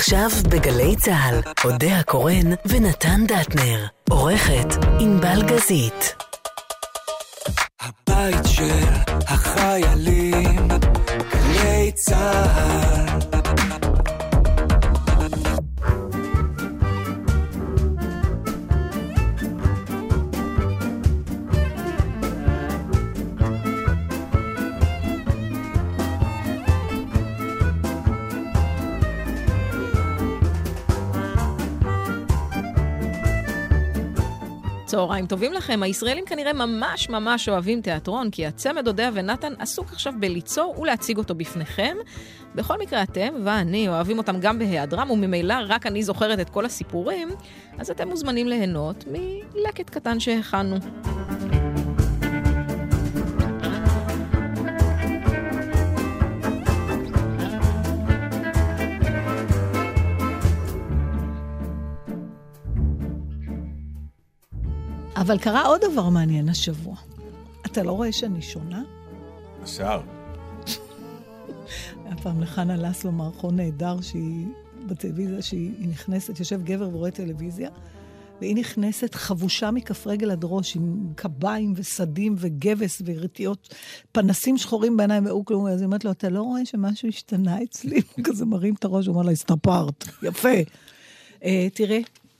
עכשיו בגלי צהל, אודיה קורן ונתן דטנר, עורכת ענבל גזית. הבית של החיילים, גלי צהל. צהריים טובים לכם. הישראלים כנראה ממש ממש אוהבים תיאטרון, כי הצמד אודיה ונתן עסוק עכשיו בליצור ולהציג אותו בפניכם. בכל מקרה אתם ואני אוהבים אותם גם בהיעדרם, וממילא רק אני זוכרת את כל הסיפורים, אז אתם מוזמנים ליהנות מלקט קטן שהכנו. אבל קרה עוד דבר מעניין השבוע. אתה לא רואה שאני שונה? השיער. היה פעם לחנה לסלו מערכון נהדר שהיא בטלוויזיה, שהיא נכנסת, יושב גבר ורואה טלוויזיה, והיא נכנסת חבושה מכף רגל עד ראש, עם קביים וסדים וגבס ורטיות, פנסים שחורים בעיניים והוא כלום. אז היא אומרת לו, אתה לא רואה שמשהו השתנה אצלי? הוא כזה מרים את הראש, הוא אומר לה, הסתפרת. יפה. תראה.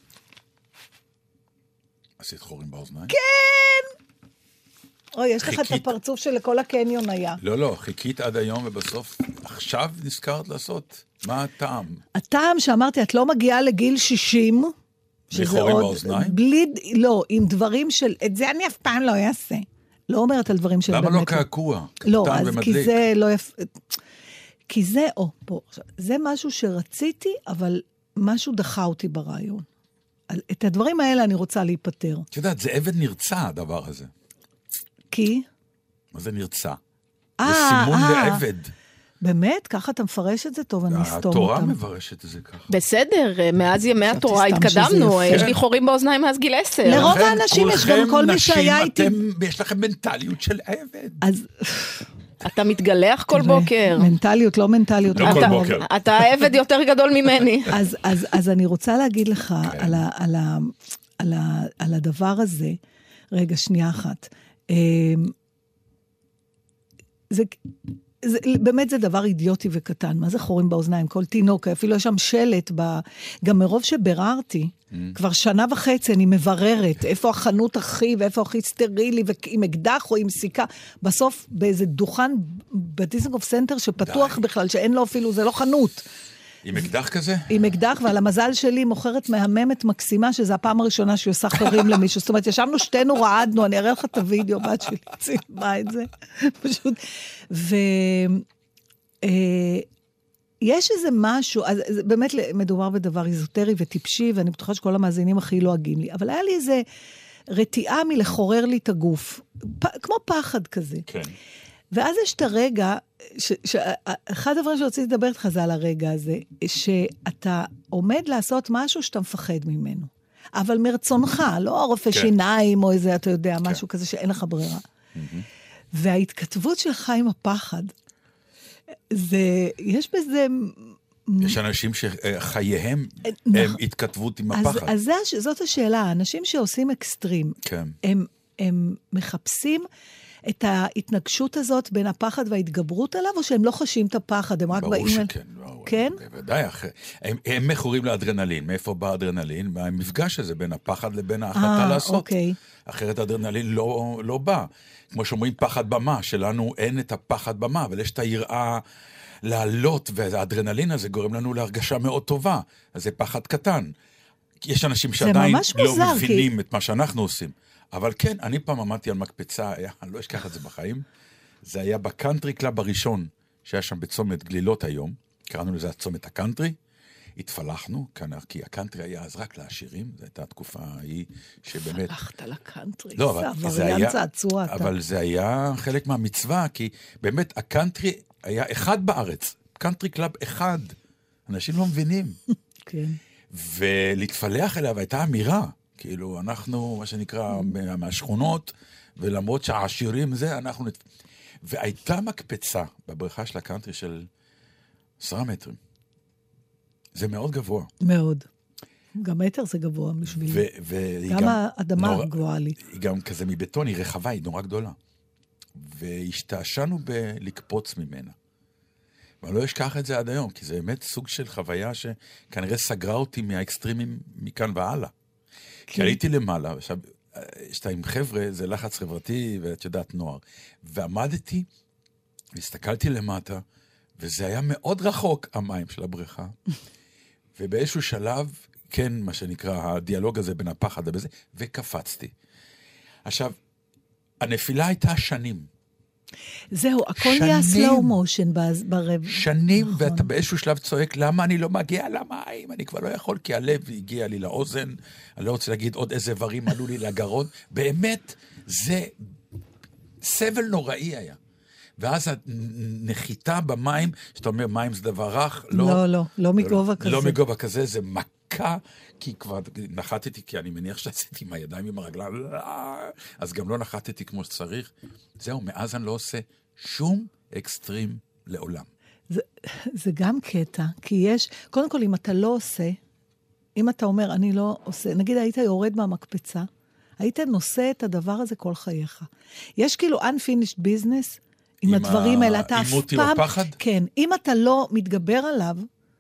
עשית חורים באוזניים? כן! אוי, יש לך את הפרצוף שלכל הקניון היה. לא, חיכית עד היום ובסוף, עכשיו נזכרת לעשות. מה הטעם? הטעם שאמרתי, את לא מגיעה לגיל 60. בלי חורים באוזניים? לא, עם דברים של, את זה אני אף פעם לא אעשה. לא אומרת על דברים של... למה לא קעקוע? לא, אז כי זה לא יפה. כי זה, פה, זה משהו שרציתי, אבל משהו דחה אותי ברעיון. את הדברים האלה אני רוצה להיפטר. את יודעת, זה עבד נרצע, הדבר הזה. כי? מה זה נרצע? זה סימון לעבד. באמת? ככה אתה מפרש את זה? טוב, אני אסתום אותם. התורה מברשת את זה ככה. בסדר, מאז ימי התורה התקדמנו, יש לי חורים באוזניים מאז גיל 10. לרוב האנשים יש גם כל מי שהיה איתי. יש לכם מנטליות של עבד. אז... אתה מתגלח כל בוקר. מנטליות, לא מנטליות. לא כל בוקר. אתה עבד יותר גדול ממני. אז אני רוצה להגיד לך על הדבר הזה, רגע, שנייה אחת. באמת זה דבר אידיוטי וקטן. מה זה חורים באוזניים? כל תינוק, אפילו יש שם שלט, גם מרוב שבררתי, כבר 1.5 שנה אני מבררת, איפה החנות הכי, ואיפה הכי סטרילי, ועם אקדח או עם סיכה. בסוף, באיזה דוכן בדיזנגוף סנטר שפתוח בכלל, שאין לו אפילו, זה לא חנות. עם אקדח כזה? עם אקדח, ועל המזל שלי מוכרת מהממת מקסימה, שזו הפעם הראשונה שהיא עושה חורים למישהו. זאת אומרת, ישבנו שתינו, רעדנו, אני אראה לך את הוידאו, בת שלי, צילמה את זה. פשוט. יש איזה משהו, אז באמת מדובר בדבר איזוטרי וטיפשי, ואני בטוחה שכל המאזינים הכי לועגים לי, אבל היה לי איזה רתיעה מלחורר לי את הגוף, כמו פחד כזה. כן. ואז יש את הרגע, אחד הדברים שרציתי לדבר איתך זה על הרגע הזה, שאתה עומד לעשות משהו שאתה מפחד ממנו. אבל מרצונך, לא רופא שיניים או איזה, אתה יודע, משהו כזה שאין לך ברירה. וההתכתבות שלך עם הפחד, יש בזה... יש אנשים שחייהם הם התכתבות עם הפחד. אז זאת השאלה, האנשים שעושים אקסטרים, הם מחפשים את ההתנגשות הזאת בין הפחד וההתגברות עליו, או שהם לא חשים את הפחד, הם רק באים... ברור שכן. כן? בוודאי, הם מכורים לאדרנלין. מאיפה בא אדרנלין? מהמפגש הזה בין הפחד לבין ההחלטה לעשות. אוקיי. אחרת אדרנלין לא בא. כמו שאומרים, פחד במה, שלנו אין את הפחד במה, אבל יש את היראה לעלות, והאדרנלין הזה גורם לנו להרגשה מאוד טובה. אז זה פחד קטן. יש אנשים שעדיין לא מבינים את מה שאנחנו עושים. אבל כן, אני פעם עמדתי על מקפצה, אני לא אשכח את זה בחיים, זה היה בקאנטרי קלאב הראשון, שהיה שם בצומת גלילות היום, קראנו לזה הצומת הקאנטרי, התפלחנו, כי הקאנטרי היה אז רק לעשירים, זו הייתה התקופה ההיא שבאמת... פלחת לקאנטרי, לא, אבל זה היה חלק מהמצווה, כי באמת הקאנטרי היה אחד בארץ, קאנטרי קלאב אחד, אנשים לא מבינים. כן. ולהתפלח אליו הייתה אמירה, כאילו, אנחנו, מה שנקרא, מהשכונות, ולמרות שהעשירים זה, אנחנו... והייתה מקפצה בבריכה של הקאנטרי של 10 מטרים. זה מאוד גבוה. מאוד. גם מטר זה גבוה בשבילי. גם האדמה גבוהה לי. היא גם כזה מבטון, היא רחבה, היא נורא גדולה. והשתעשנו בלקפוץ ממנה. ואני לא אשכח את זה עד היום, כי זה באמת סוג של חוויה שכנראה סגרה אותי מהאקסטרימים מכאן והלאה. כי עליתי למעלה, עכשיו, שאתה עם חבר'ה, זה לחץ חברתי, ואת יודעת, נוער. ועמדתי, והסתכלתי למטה, וזה היה מאוד רחוק, המים של הבריכה. ובאיזשהו שלב, כן, מה שנקרא, הדיאלוג הזה בין הפחד ובזה, וקפצתי. עכשיו, הנפילה הייתה שנים. זהו, הכל נהיה slow motion ברב. שנים, ואתה באיזשהו שלב צועק, למה אני לא מגיע למים? אני כבר לא יכול, כי הלב הגיע לי לאוזן, אני לא רוצה להגיד עוד איזה איברים עלו לי לגרון. באמת, זה סבל נוראי היה. ואז הנחיתה במים, שאתה אומר, מים זה דבר רך, לא מגובה כזה. לא מגובה כזה, זה מכה, כי כבר נחתתי, כי אני מניח שעשיתי עם הידיים עם הרגליים, אז גם לא נחתתי כמו שצריך. זהו, מאז אני לא עושה שום אקסטרים לעולם. זה גם קטע, כי יש, קודם כל, אם אתה לא עושה, אם אתה אומר, אני לא עושה, נגיד היית יורד מהמקפצה, היית נושא את הדבר הזה כל חייך. יש כאילו unfinished business, עם הדברים האלה, אתה אף פעם, כן, אם אתה לא מתגבר עליו,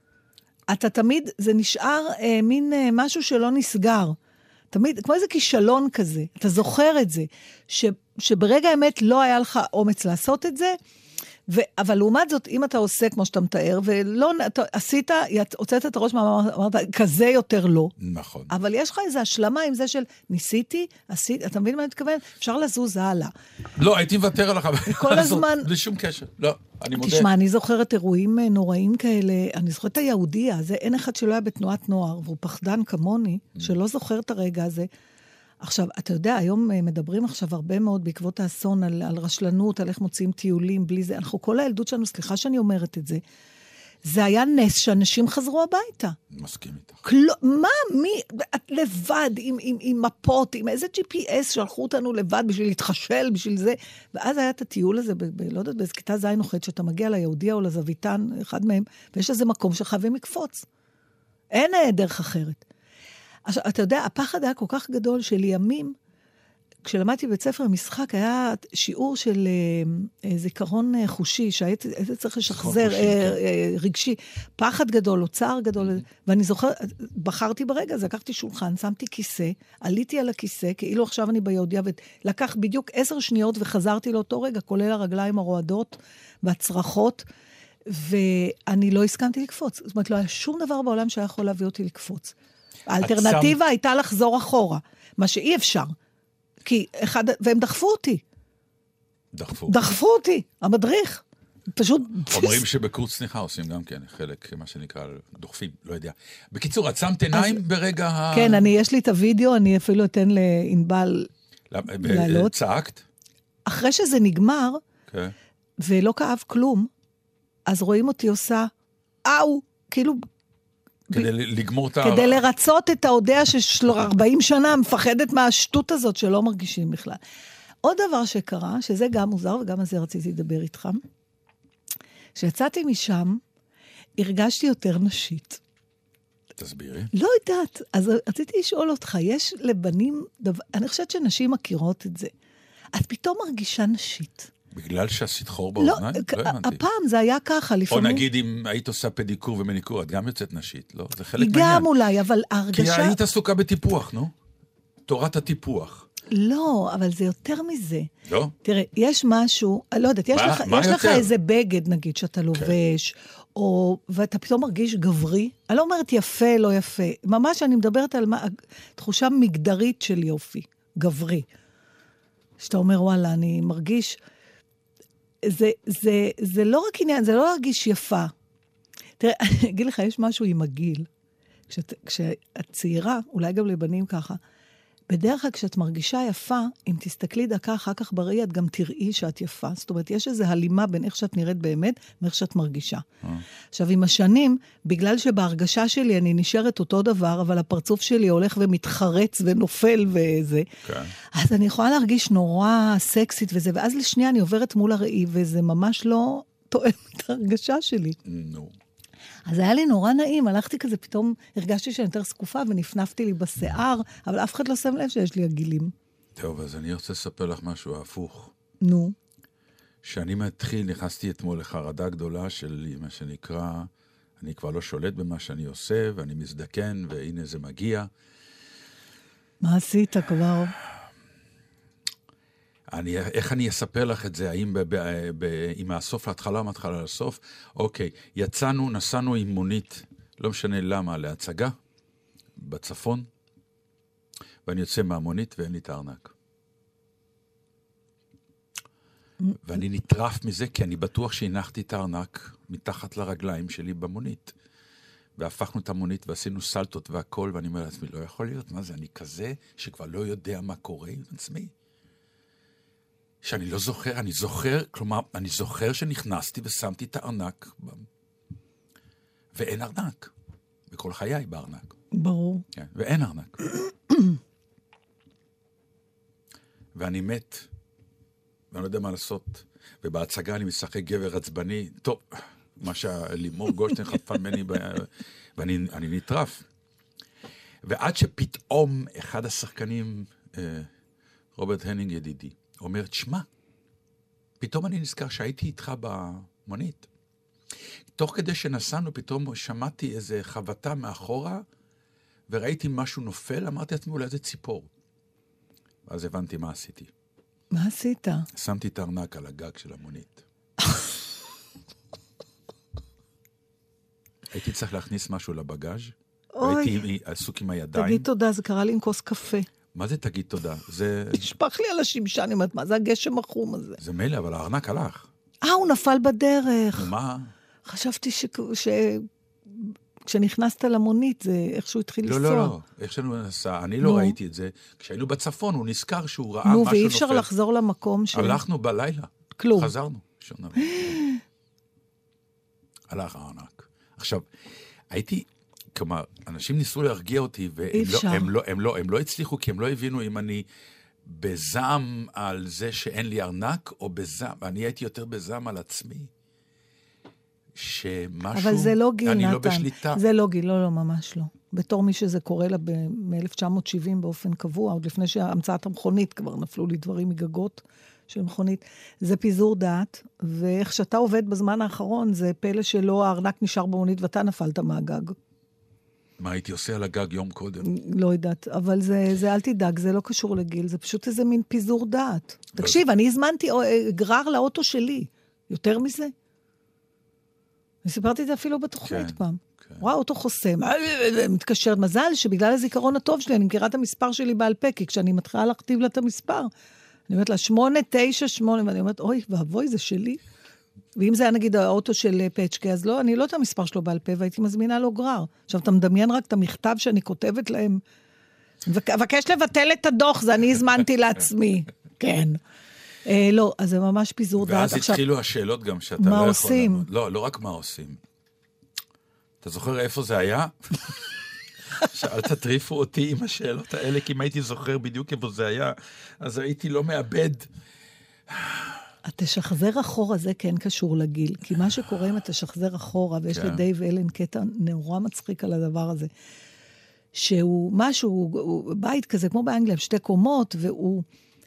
אתה תמיד, זה נשאר מין משהו שלא נסגר. תמיד, כמו איזה כישלון כזה. אתה זוכר את זה, שברגע האמת לא היה לך אומץ לעשות את זה, אבל לעומת זאת, אם אתה עושה כמו שאתה מתאר, ולא, אתה עשית, הוצאת את הראש, אמרת, כזה יותר לא. נכון. אבל יש לך איזו השלמה עם זה של ניסיתי, עשיתי, אתה מבין מה אני מתכוון? אפשר לזוז הלאה. לא, הייתי מוותר על החוויה. כל הזמן... בלי שום קשר. לא, אני מודה. תשמע, אני זוכרת אירועים נוראים כאלה, אני זוכרת את היהודיה, זה אין אחד שלא היה בתנועת נוער, והוא פחדן כמוני, שלא זוכר את הרגע הזה. עכשיו, אתה יודע, היום מדברים עכשיו הרבה מאוד בעקבות האסון על רשלנות, על איך מוצאים טיולים בלי זה. אנחנו כל הילדות שלנו, סליחה שאני אומרת את זה, זה היה נס שאנשים חזרו הביתה. מסכים איתך. מה? מי? את לבד, עם מפות, עם איזה GPS שלחו אותנו לבד בשביל להתחשל, בשביל זה. ואז היה את הטיול הזה, לא יודעת, באיזה כיתה זין נוחת, שאתה מגיע ליהודיה או לזוויתן, אחד מהם, ויש איזה מקום שחייבים לקפוץ. אין דרך אחרת. עכשיו, אתה יודע, הפחד היה כל כך גדול שלימים, כשלמדתי בית ספר משחק, היה שיעור של זיכרון חושי, שהייתי צריך לשחזר רגשי, פחד גדול, או צער גדול, ואני זוכרת, בחרתי ברגע, אז לקחתי שולחן, שמתי כיסא, עליתי על הכיסא, כאילו עכשיו אני ביהודיה, ולקח בדיוק 10 שניות, וחזרתי לאותו רגע, כולל הרגליים הרועדות, והצרחות, ואני לא הסכמתי לקפוץ. זאת אומרת, לא היה שום דבר בעולם שהיה יכול להביא אותי לקפוץ. האלטרנטיבה הייתה לחזור אחורה, מה שאי אפשר. כי והם דחפו אותי. דחפו אותי, המדריך. פשוט... אומרים שבקורס צניחה עושים גם כן, חלק, מה שנקרא, דוחפים, לא יודע. בקיצור, עצמת עיניים ברגע כן, יש לי את הוידאו, אני אפילו אתן לענבל לעלות. צעקת? אחרי שזה נגמר, ולא כאב כלום, אז רואים אותי עושה, כאילו... כדי לגמור את כדי לרצות את ההודעה של 40 שנה, מפחדת מהשטות הזאת שלא מרגישים בכלל. עוד דבר שקרה, שזה גם מוזר, וגם על זה רציתי לדבר איתך, כשיצאתי משם, הרגשתי יותר נשית. תסבירי. לא יודעת, אז רציתי לשאול אותך, יש לבנים, אני חושבת שנשים מכירות את זה. את פתאום מרגישה נשית. בגלל שעשית חור באוזניים? לא הבנתי. הפעם זה היה ככה, לפעמים... או נגיד אם היית עושה פדיקור ומניקור, את גם יוצאת נשית, לא? זה חלק מהעניין. גם אולי, אבל ההרגשה... כי היית עסוקה בטיפוח, נו? תורת הטיפוח. לא, אבל זה יותר מזה. לא? תראה, יש משהו, לא יודעת, יש לך איזה בגד, נגיד, שאתה לובש, ואתה פתאום מרגיש גברי. אני לא אומרת יפה, לא יפה. ממש אני מדברת על תחושה מגדרית של יופי, גברי. שאתה אומר, וואלה, אני מרגיש... זה לא רק עניין, זה לא להרגיש יפה. תראה, אני אגיד לך, יש משהו עם הגיל. כשאת צעירה, אולי גם לבנים ככה, בדרך כלל כשאת מרגישה יפה, אם תסתכלי דקה אחר כך בראי, את גם תראי שאת יפה. זאת אומרת, יש איזו הלימה בין איך שאת נראית באמת, ואיך שאת מרגישה. עכשיו, עם השנים, בגלל שבהרגשה שלי אני נשארת אותו דבר, אבל הפרצוף שלי הולך ומתחרץ ונופל וזה, אז אני יכולה להרגיש נורא סקסית וזה, ואז לשנייה אני עוברת מול הראי, וזה ממש לא תואם את ההרגשה שלי. אז היה לי נורא נעים, הלכתי כזה, פתאום הרגשתי שאני יותר סקופה, ונפנפתי לי בשיער, אבל אף אחד לא שם לב שיש לי עגילים. טוב, אז אני רוצה לספר לך משהו הפוך. נו. שאני נכנסתי אתמול לחרדה גדולה של מה שנקרא, אני כבר לא שולט במה שאני עושה, ואני מזדקן, והנה זה מגיע. מה עשית כבר? איך אני אספר לך את זה? האם עם הסוף להתחלה, מהתחלה לסוף? אוקיי, נסענו עם מונית, לא משנה למה, להצגה, בצפון, ואני יוצא מהמונית ואין לי את הארנק. ואני נטרף מזה, כי אני בטוח שהנחתי את הארנק מתחת לרגליים שלי במונית. והפכנו את המונית ועשינו סלטות והכל, ואני אומר לעצמי, לא יכול להיות, מה זה? אני כזה שכבר לא יודע מה קורה עם עצמי. שאני לא זוכר, אני זוכר שנכנסתי ושמתי את הארנק, ואין ארנק. בכל חיי בארנק. ברור. כן, ואין ארנק. ואני מת, ואני לא יודע מה לעשות. ובהצגה אני משחק גבר עצבני, טוב, מה שלימור גולדשטיין חטפה ממני, ואני נטרף. ועד שפתאום אחד השחקנים, רוברט הנינג ידידי, אומר, תשמע, פתאום אני נזכר שהייתי איתך במונית. תוך כדי שנסענו, פתאום שמעתי איזו חבטה מאחורה, וראיתי משהו נופל, אמרתי לעצמי, אולי זה ציפור. ואז הבנתי מה עשיתי. מה עשית? שמתי את הארנק על הגג של המונית. הייתי צריך להכניס משהו לבגאז' הייתי עסוק עם הידיים. תגיד תודה, זה קרה לי עם כוס קפה. מה זה תגיד תודה? זה... נשפך לי על השמשה, אני אומרת, מה זה הגשם החום הזה? זה מילא, אבל הארנק הלך. הוא נפל בדרך. ומה? חשבתי כשנכנסת למונית, זה איכשהו התחיל לנסוע. לא. איך שלנו נסע? אני לא ראיתי את זה. כשהיינו בצפון, הוא נזכר שהוא ראה משהו נופל. ואי אפשר לחזור למקום הלכנו בלילה. כלום. חזרנו. הלך הארנק. עכשיו, הייתי... כלומר, אנשים ניסו להרגיע אותי, והם לא הצליחו, כי הם לא הבינו אם אני בזעם על זה שאין לי ארנק, או בזעם, אני הייתי יותר בזעם על עצמי, שמשהו, אבל זה לא גיל, אני נתן. לא בשליטה. זה לא גיל, לא, ממש לא. בתור מי שזה קורה לה מ-1970 באופן קבוע, עוד לפני שהמצאת המכונית, כבר נפלו לי דברים מגגות של מכונית, זה פיזור דעת, ואיך שאתה עובד בזמן האחרון, זה פלא שלא הארנק נשאר במונית, ואתה נפלת מהגג. מה הייתי עושה על הגג יום קודם? לא יודעת, אבל זה אל תדאג, זה לא קשור לגיל, זה פשוט איזה מין פיזור דעת. תקשיב, אני הזמנתי גרר לאוטו שלי, יותר מזה. אני סיפרתי את זה אפילו בתוכנית פעם. רואה, אוטו חוסם, מתקשרת, מזל שבגלל הזיכרון הטוב שלי, אני מכירה את המספר שלי בעל פה, כי כשאני מתחילה להכתיב לה את המספר, אני אומרת לה 898, ואני אומרת, אוי, ואבוי, זה שלי. ואם זה היה נגיד האוטו של פצ'קי, אז לא, אני לא את המספר שלו בעל פה, והייתי מזמינה לו גרר. עכשיו, אתה מדמיין רק את המכתב שאני כותבת להם, מבקש לבטל את הדוח, זה אני הזמנתי לעצמי. כן. לא, אז זה ממש פיזור דעת. ואז התחילו השאלות גם שאתה לא יכול... מה עושים? לא רק מה עושים. אתה זוכר איפה זה היה? שאל תטריפו אותי עם השאלות האלה, כי אם הייתי זוכר בדיוק איפה זה היה, אז הייתי לא מאבד... התשחזר אחורה זה כן קשור לגיל, כי מה שקורה אם התשחזר אחורה, ויש לדייב אלן קטע נורא מצחיק על הדבר הזה, שהוא משהו, בית כזה, כמו באנגליה, 2 קומות, והוא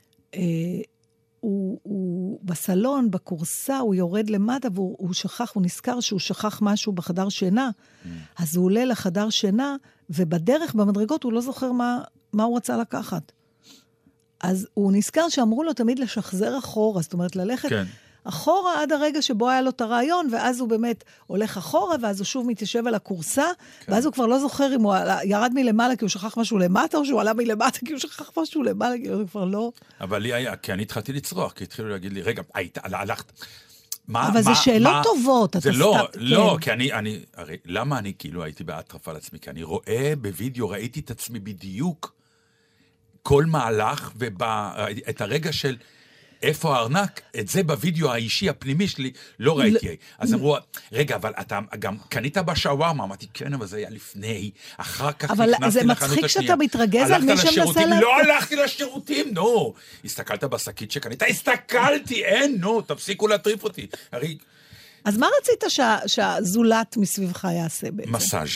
בסלון, בקורסה, הוא יורד למטה, והוא שכח, הוא נזכר שהוא שכח משהו בחדר שינה, אז הוא עולה לחדר שינה, ובדרך, במדרגות, הוא לא זוכר מה הוא רצה לקחת. אז הוא נזכר שאמרו לו תמיד לשחזר אחורה, זאת אומרת ללכת אחורה עד הרגע שבו היה לו את הרעיון, ואז הוא באמת הולך אחורה, ואז הוא שוב מתיישב על הקורסה, ואז הוא כבר לא זוכר אם הוא ירד מלמעלה כי הוא שכח משהו למטה, או שהוא עלה מלמטה כי הוא שכח משהו למעלה, כי הוא כבר לא... אבל לי היה, כי אני התחלתי לצרוח, כי התחילו להגיד לי, רגע, הלכת... אבל זה שאלות טובות. זה לא, כי אני... הרי למה אני כאילו הייתי באטרף על עצמי? כי אני רואה בווידאו, ראיתי את עצמי בדיוק כל מהלך, ואת הרגע של איפה הארנק, את זה בווידאו האישי הפנימי שלי, לא ראיתי. אז אמרו, רגע, אבל אתה גם קנית בשווארמה, אמרתי, כן, אבל זה היה לפני, אחר כך נכנסתי לחנות השנייה. אבל זה מצחיק שאתה מתרגז על מי שמנסה לא הלכתי לשירותים, נו. הסתכלת בשקית שקנית, הסתכלתי, אין, נו, תפסיקו להטריף אותי. הרי... אז מה רצית שהזולת מסביבך יעשה בעצם? מסאז'.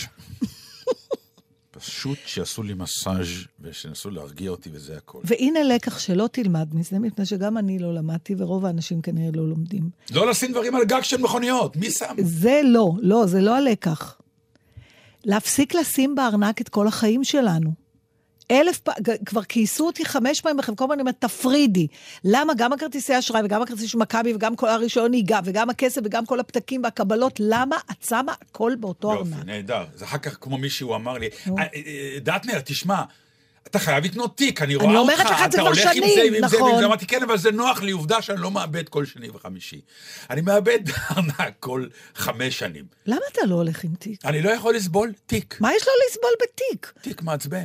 פשוט שיעשו לי מסאז' ושנסו להרגיע אותי, וזה הכל. והנה לקח שלא תלמד מזה, מפני שגם אני לא למדתי, ורוב האנשים כנראה לא לומדים. לא לשים דברים על גג של מכוניות, מי שם? זה לא, זה לא הלקח. להפסיק לשים בארנק את כל החיים שלנו. כבר כייסו אותי 5 פעמים בחבקום, אני אומרת, תפרידי. למה גם הכרטיסי אשראי וגם הכרטיסי של מכבי וגם כל הרישיון נהיגה וגם הכסף וגם כל הפתקים והקבלות, למה את שמה הכל באותו ארנק? יופי, נהדר. זה אחר כך כמו מישהו אמר לי, דטנר, תשמע, אתה חייב לקנות תיק, אני רואה אותך, אתה הולך עם זה ועם זה ועם זה, אמרתי כן, אבל זה נוח לי, עובדה שאני לא מאבד כל שני וחמישי. אני מאבד ארנק כל 5 שנים. למה אתה לא הולך עם תיק? אני לא יכול לסבול תיק. מה יש לו לסבול בתיק? תיק מעצבן.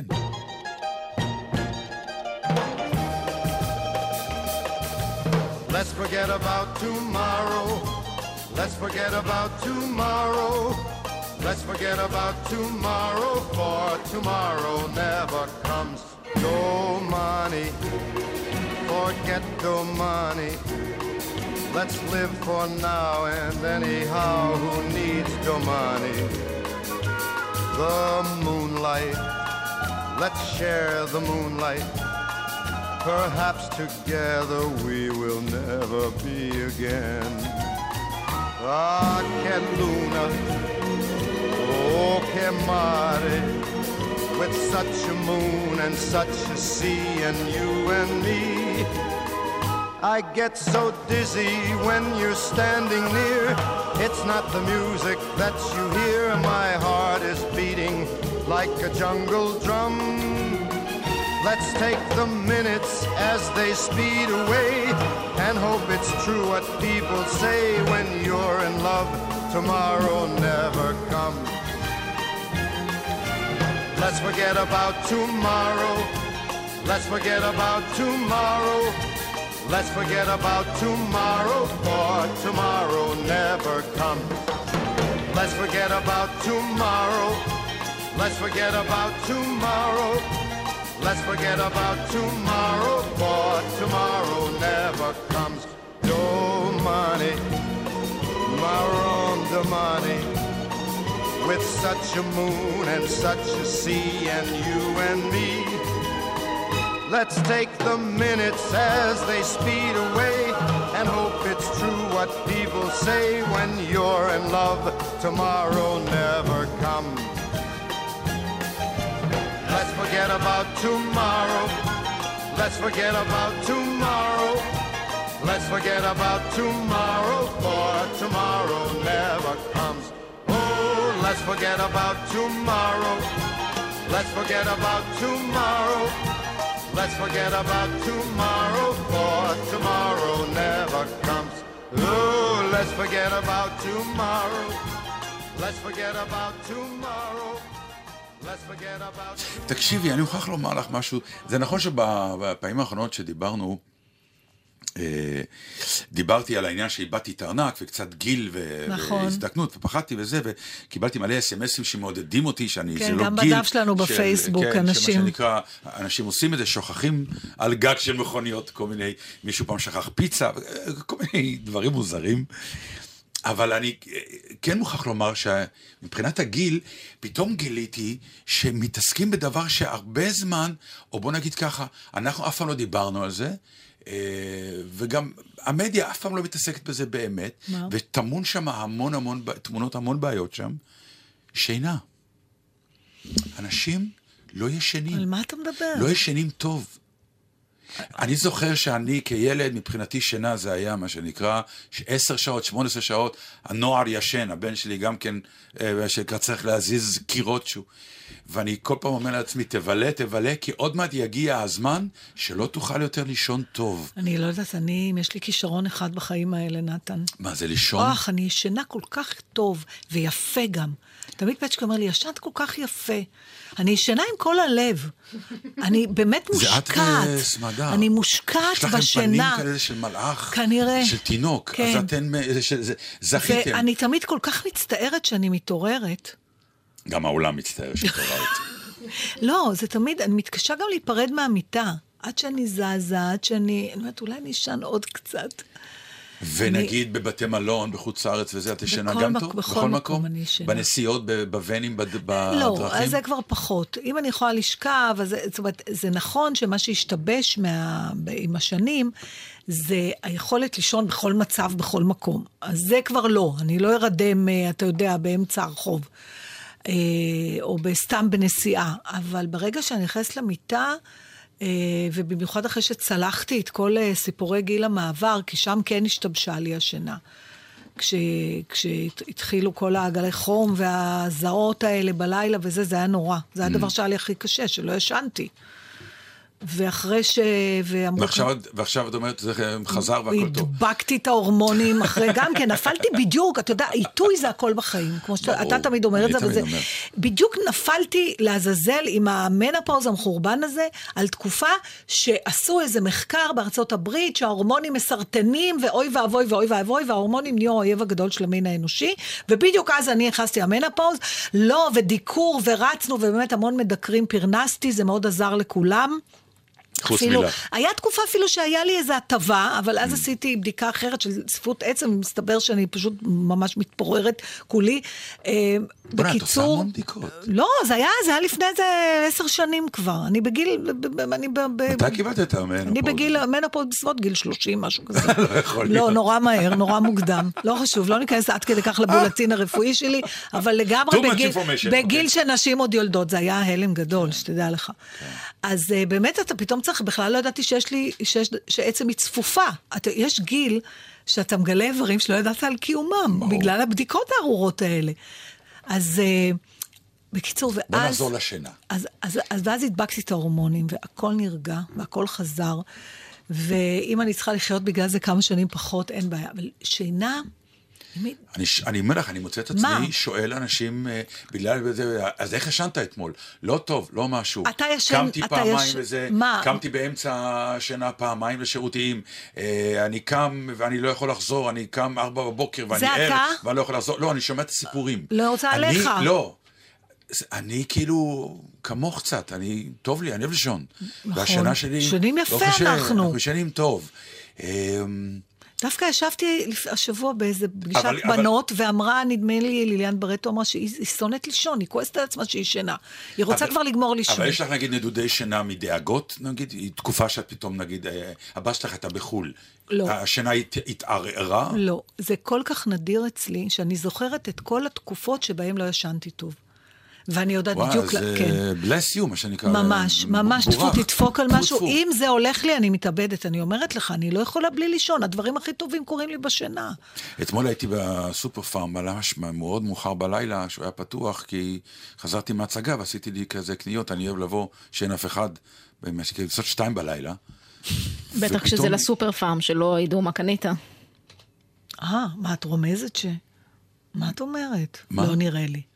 Let's forget about tomorrow. Let's forget about tomorrow. Let's forget about tomorrow, for tomorrow never comes. No money, forget the money. Let's live for now and anyhow, who needs the money? The moonlight, let's share the moonlight. Perhaps together we will never be again. Ah, che luna, oh, che mare, with such a moon and such a sea and you and me. I get so dizzy when you're standing near. It's not the music that you hear. My heart is beating like a jungle drum. Let's take the minutes as they speed away and hope it's true what people say. When you're in love, tomorrow never comes. Let's forget about tomorrow. Let's forget about tomorrow. Let's forget about tomorrow, for tomorrow never comes. Let's forget about tomorrow. Let's forget about tomorrow. Let's forget about tomorrow, for tomorrow never comes. No money, maroon the money, with such a moon and such a sea and you and me. Let's take the minutes as they speed away and hope it's true what people say. When you're in love, tomorrow never comes. Let's forget about tomorrow. Let's forget about tomorrow. Let's forget about tomorrow, for tomorrow never comes. Oh, let's forget about tomorrow. Let's forget about tomorrow. Let's forget about tomorrow, for tomorrow never comes. Oh, let's forget about tomorrow. Let's forget about tomorrow. תקשיבי, אני מוכרח לומר לך משהו. זה נכון שבפעמים האחרונות שדיברנו, דיברתי על העניין שאיבדתי את הארנק וקצת גיל והזדקנות ופחדתי וזה, וקיבלתי מלא אס-אמסים שמעודדים אותי שאני, זה לא גיל. כן, גם בדף שלנו בפייסבוק, אנשים. שמה שנקרא, אנשים עושים את זה, שוכחים על גג של מכוניות, כל מיני, מישהו פעם שכח פיצה, כל מיני דברים מוזרים. אבל אני כן מוכרח לומר שמבחינת הגיל, פתאום גיליתי שמתעסקים בדבר שהרבה זמן, או בוא נגיד ככה, אנחנו אף פעם לא דיברנו על זה, וגם המדיה אף פעם לא מתעסקת בזה באמת, ותמון שם תמונות המון בעיות שם, שינה. אנשים לא ישנים. על מה אתה מדבר? לא ישנים טוב. אני זוכר שאני כילד, מבחינתי שינה זה היה מה שנקרא 10 שעות, 18 שעות, הנוער ישן, הבן שלי גם כן, שצריך להזיז קירות שהוא. ואני כל פעם אומר לעצמי, תבלה, כי עוד מעט יגיע הזמן שלא תוכל יותר לישון טוב. אני לא יודעת, יש לי כישרון אחד בחיים האלה, נתן. מה זה לישון? אני ישנה כל כך טוב, ויפה גם. תמיד פצ'ק אומר לי, ישנת כל כך יפה. אני ישנה עם כל הלב. אני באמת מושקעת. זה את סמדה. אני מושקעת בשינה. יש לכם פנים כאלה של מלאך. כנראה. של תינוק. כן. אז אתן זכיתם. ואני תמיד כל כך מצטערת שאני מתעוררת. גם העולם מצטער שהתעוררת. לא, זה תמיד, אני מתקשה גם להיפרד מהמיטה. עד שאני זזה, עד שאני אומרת, אולי נשען עוד קצת. ונגיד בבתי מלון, בחוץ לארץ וזה, את ישנה גם טוב? בכל מקום אני ישנה. בנסיעות, בוונים, בדרכים? לא, אז זה כבר פחות. אם אני יכולה לשכב, זאת אומרת, זה נכון שמה שהשתבש עם השנים, זה היכולת לישון בכל מצב, בכל מקום. אז זה כבר לא. אני לא ארדם, אתה יודע, באמצע הרחוב. או סתם בנסיעה. אבל ברגע שאני נכנסת למיטה, ובמיוחד אחרי שצלחתי את כל סיפורי גיל המעבר, כי שם כן השתבשה לי השינה. כשהתחילו כל הגלי חום והזעות האלה בלילה וזה, זה היה נורא. זה היה הדבר שהיה לי הכי קשה, שלא ישנתי. ואחרי ועכשיו את אומרת, זה חזר והכל טוב. הדבקתי את ההורמונים אחרי גם כן, נפלתי בדיוק, אתה יודע, עיתוי זה הכל בחיים, כמו שאתה תמיד אומר את זה, וזה, בדיוק נפלתי לעזאזל עם המנופאוז המחורבן הזה, על תקופה שעשו איזה מחקר בארצות הברית, שההורמונים מסרטנים, ואוי ואבוי ואוי ואבוי, וההורמונים נהיו האויב הגדול של המין האנושי, ובדיוק אז אני נכנסתי למנופאוז, לא, ודיקור, ורצנו, ובאמת המון מדקרים פרנסתי, זה מאוד עזר לכולם. אפילו, היה תקופה אפילו שהיה לי איזו הטבה, אבל אז עשיתי בדיקה אחרת של צפיפות עצם, מסתבר שאני פשוט ממש מתפוררת כולי. בקיצור, לא, זה היה לפני איזה 10 שנים כבר. אני בגיל, מתי קיבלת את המנופאוז? אני בגיל, מנופאוז בסביבות גיל 30, משהו כזה. לא יכול להיות. לא, נורא מהר, נורא מוקדם. לא חשוב, לא ניכנס עד כדי כך לבולטין הרפואי שלי, אבל לגמרי בגיל שנשים עוד יולדות, זה היה הלם גדול, שתדע לך. אז באמת אתה פתאום צריך, בכלל לא ידעתי שעצם היא צפופה. יש גיל שאתה מגלה איברים שלא ידעת על קיומם, בגלל הבדיקות הארורות האלה. אז בקיצור, ואז... בוא נחזור לשינה. ואז הדבקתי את ההורמונים, והכל נרגע, והכל חזר, ואם אני צריכה לחיות בגלל זה כמה שנים פחות, אין בעיה. אבל שינה... אני אומר לך, אני מוצא את עצמי, שואל אנשים, בגלל זה, אז איך ישנת אתמול? לא טוב, לא משהו. קמתי פעמיים וזה, קמתי באמצע השינה פעמיים לשירותיים, אני קם ואני לא יכול לחזור, אני קם 4 בבוקר ואני ער, ואני לא יכול לחזור. לא, אני שומע את הסיפורים. לא רוצה עליך. לא. אני כאילו כמוך קצת, טוב לי, אני אוהב לישון. והשינה שלי... שנים יפה אנחנו ישנים טוב. דווקא ישבתי השבוע באיזה פגישת בנות, ואמרה, נדמה לי, ליליאן ברטו אמרה שהיא שונאת לישון, היא כועסת על עצמה שהיא שינה. היא רוצה כבר לגמור לישון. אבל יש לך נגיד נדודי שינה מדאגות, נגיד, היא תקופה שאת פתאום, נגיד, הבא שלך הייתה בחול. לא. השינה התערערה? לא, זה כל כך נדיר אצלי, שאני זוכרת את כל התקופות שבהן לא ישנתי טוב. ואני יודעת בדיוק... וואו, זה bless you, מה שנקרא. ממש, תדפוק על משהו. אם זה הולך לי, אני מתאבדת. אני אומרת לך, אני לא יכולה בלי לישון. הדברים הכי טובים קורים לי בשינה. אתמול הייתי בסופר פארם, מאוד מאוחר בלילה, שהוא היה פתוח, כי חזרתי מהצגה, ועשיתי לי כזה קניות. אני אוהב לבוא שאין אף אחד, בסוד 2 בלילה. בטח כשזה לסופר פארם, שלא ידעו מה קנית. מה את רומזת מה את אומרת? לא נראה לי.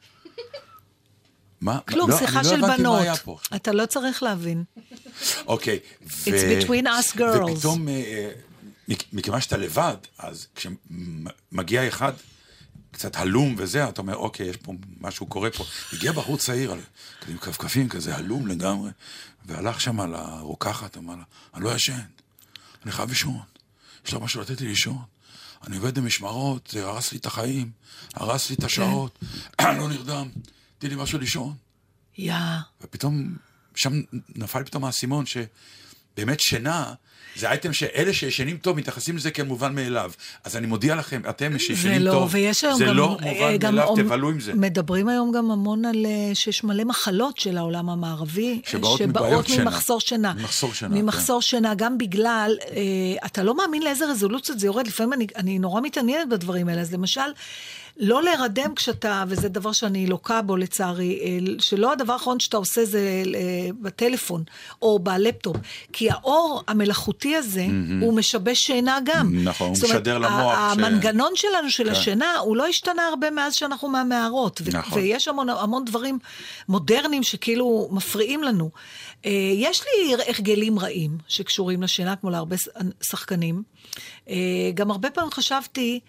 כלום, שיחה של בנות. אתה לא צריך להבין. אוקיי. It's between us girls. ופתאום, מכיוון שאתה לבד, אז כשמגיע אחד קצת הלום וזה, אתה אומר, אוקיי, יש פה משהו קורה פה. הגיע בחור צעיר, עם כפכפים כזה, הלום לגמרי, והלך שם על הרוקחת, אמר לה, אני לא ישן, אני חייב לישון. יש לה משהו לתת לי לישון. אני עובד במשמרות, זה הרס לי את החיים, הרס לי את השעות, לא נרדם. תהיה לי משהו לישון. ופתאום, שם נפל פתאום האסימון שבאמת שינה, זה אייטם שאלה שישנים טוב מתייחסים לזה כמובן מאליו. אז אני מודיע לכם, אתם שישנים טוב, זה לא מובן מאליו, תבלו עם זה. מדברים היום גם המון על שיש מלא מחלות של העולם המערבי, שבאות ממחסור שינה. ממחסור שינה, גם בגלל, אתה לא מאמין לאיזה רזולוציות זה יורד, לפעמים אני נורא מתעניינת בדברים האלה, אז למשל, לא להירדם כשאתה, וזה דבר שאני לוקה בו לצערי, שלא הדבר האחרון שאתה עושה זה בטלפון או בלפטופ, כי האור המלאכותי הזה הוא משבש שינה גם. נכון, הוא משדר למוח. המנגנון שלנו של השינה הוא לא השתנה הרבה מאז שאנחנו מהמערות, ויש המון דברים מודרניים שכאילו מפריעים לנו. יש לי הרגלים רעים שקשורים לשינה, כמו להרבה שחקנים. גם הרבה פעמים חשבתי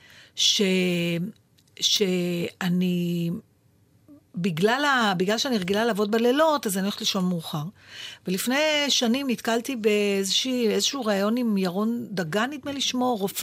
שאני, בגלל שאני רגילה לעבוד בלילות, אז אני הולכת לישון מאוחר. ולפני שנים נתקלתי באיזשהו ראיון עם ירון דגן, נדמה לי שמו, רופא,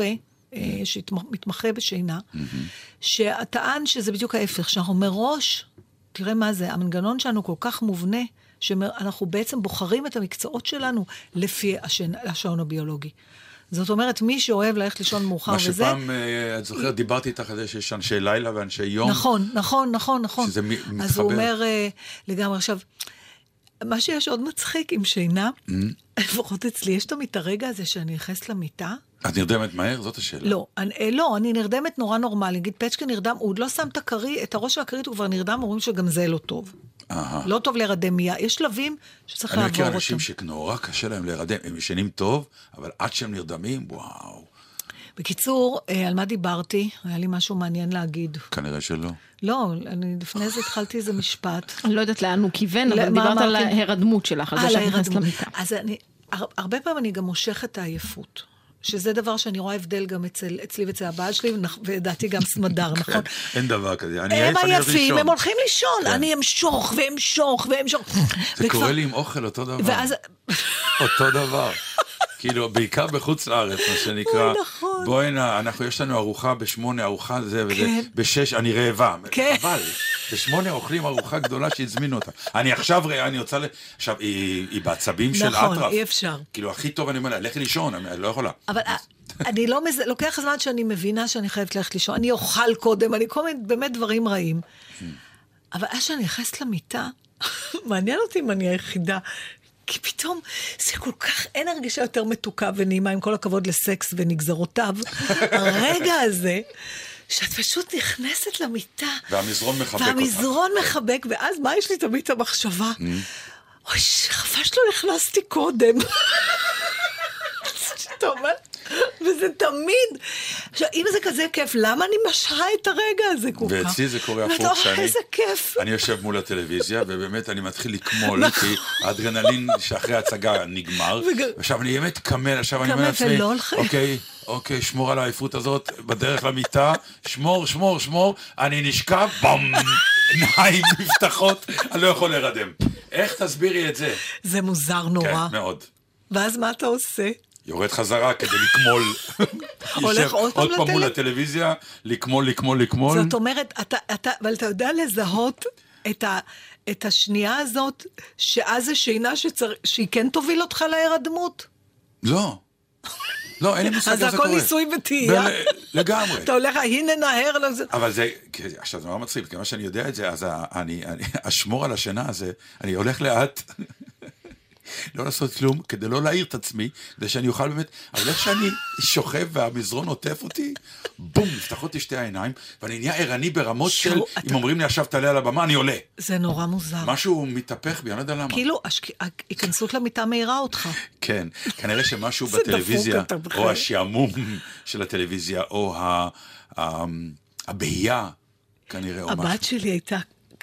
שמתמחה בשינה, שטען שזה בדיוק ההפך, שאנחנו מראש, תראה מה זה, המנגנון שלנו כל כך מובנה, שאנחנו בעצם בוחרים את המקצועות שלנו לפי השעון הביולוגי. זאת אומרת, מי שאוהב ללכת לישון מאוחר וזה... מה שפעם, את זוכרת, דיברתי איתך על זה שיש אנשי לילה ואנשי יום. נכון. שזה מתחבר. אז הוא אומר לגמרי, עכשיו, מה שיש עוד מצחיק עם שינה, לפחות אצלי, יש תמיד הרגע הזה שאני נכנסת למיטה. את נרדמת מהר? זאת השאלה. לא, אני נרדמת נורא נורמלי. נגיד, פצ'קה נרדם, הוא עוד לא שם את הראש של הכרית, הוא כבר נרדם, אומרים שגם זה לא טוב. לא טוב להירדם מיד. יש שלבים שצריך לעבור אותם. אני מכיר אנשים שנורא קשה להם להירדם. הם ישנים טוב, אבל עד שהם נרדמים, וואו. בקיצור, על מה דיברתי? היה לי משהו מעניין להגיד. כנראה שלא. לא, אני לפני זה התחלתי איזה משפט. אני לא יודעת לאן הוא כיוון, אבל דיברת על ההירדמות שלך, על זה שאת נכנסת למיטה. אז הרבה פעמים אני גם מושכת את העייפות. שזה דבר שאני רואה הבדל גם אצלי ואצל הבעל שלי, ודעתי גם סמדר, נכון? אין דבר כזה. הם עייפים, הם הולכים לישון, אני אמשוך ואמשוך ואמשוך. זה קורה לי עם אוכל אותו דבר. אותו דבר. כאילו, בעיקר בחוץ לארץ, מה שנקרא, בואי יש לנו ארוחה ב8, ארוחה זה וזה, ב6 אני רעבה, אבל ב8 אוכלים ארוחה גדולה שהזמינו אותה. אני עכשיו עכשיו, היא בעצבים של אטרף. נכון, אי אפשר. כאילו, הכי טוב אני אומר לה, לכי לישון, אני לא יכולה. אבל אני לא, לוקח הזמן שאני מבינה שאני חייבת ללכת לישון, אני אוכל קודם, אני כל מיני באמת דברים רעים. אבל אז שאני נכנסת למיטה, מעניין אותי אם אני היחידה, כי פתאום זה כל כך, אין הרגישה יותר מתוקה ונעימה, עם כל הכבוד לסקס ונגזרותיו. הרגע הזה, שאת פשוט נכנסת למיטה. והמזרון מחבק אותך. והמזרון מחבק, ואז מה יש לי תמיד את המחשבה? אוי, חבל שלא נכנסתי קודם. שאתה אומר, וזה תמיד. עכשיו, אם זה כזה כיף, למה אני משרה את הרגע הזה כל כך? ואצלי זה קורה הפוך, איזה כיף. אני יושב מול הטלוויזיה, ובאמת אני מתחיל לקמול, כי האדרנלין שאחרי ההצגה נגמר, עכשיו אני באמת קמל, עכשיו אני אומר לעצמי, אוקיי, שמור על העייפות הזאת, בדרך למיטה, שמור, אני נשכב, בום, עיניים נפתחות, אני לא יכול להירדם. איך תסבירי את זה? זה מוזר נורא. כן, מאוד. ואז מה אתה עושה? יורד חזרה כדי לקמול. הולך עוד פעם מול הטלוויזיה, לקמול. זאת אומרת, אבל אתה יודע לזהות את השנייה הזאת, שאז זה שינה שהיא כן תוביל אותך להירדמות? לא, אין לי מושג איך זה קורה. אז הכל ניסוי וטעייה. לגמרי. אתה הולך, הנה נהר לזה. אבל זה, עכשיו זה מה מצחיק, כמה שאני יודע את זה, אז אני אשמור על השינה הזה, אני הולך לאט, לא לעשות כלום, כדי לא להעיר את עצמי, כדי שאני אוכל באמת, אבל איך שאני שוכב והמזרון עוטף אותי, בום, נפתחות לי שתי העיניים, ואני נהיה ערני ברמות של, אם אומרים לי עכשיו תעלה על הבמה, אני עולה. זה נורא מוזר. משהו מתהפך בי, אני לא יודע למה. כאילו, הכנסות למיטה מהירה אותך. כן, כנראה שמשהו בטלוויזיה, או השעמום של הטלוויזיה, או הבהייה, כנראה, או משהו. הבת שלי הייתה,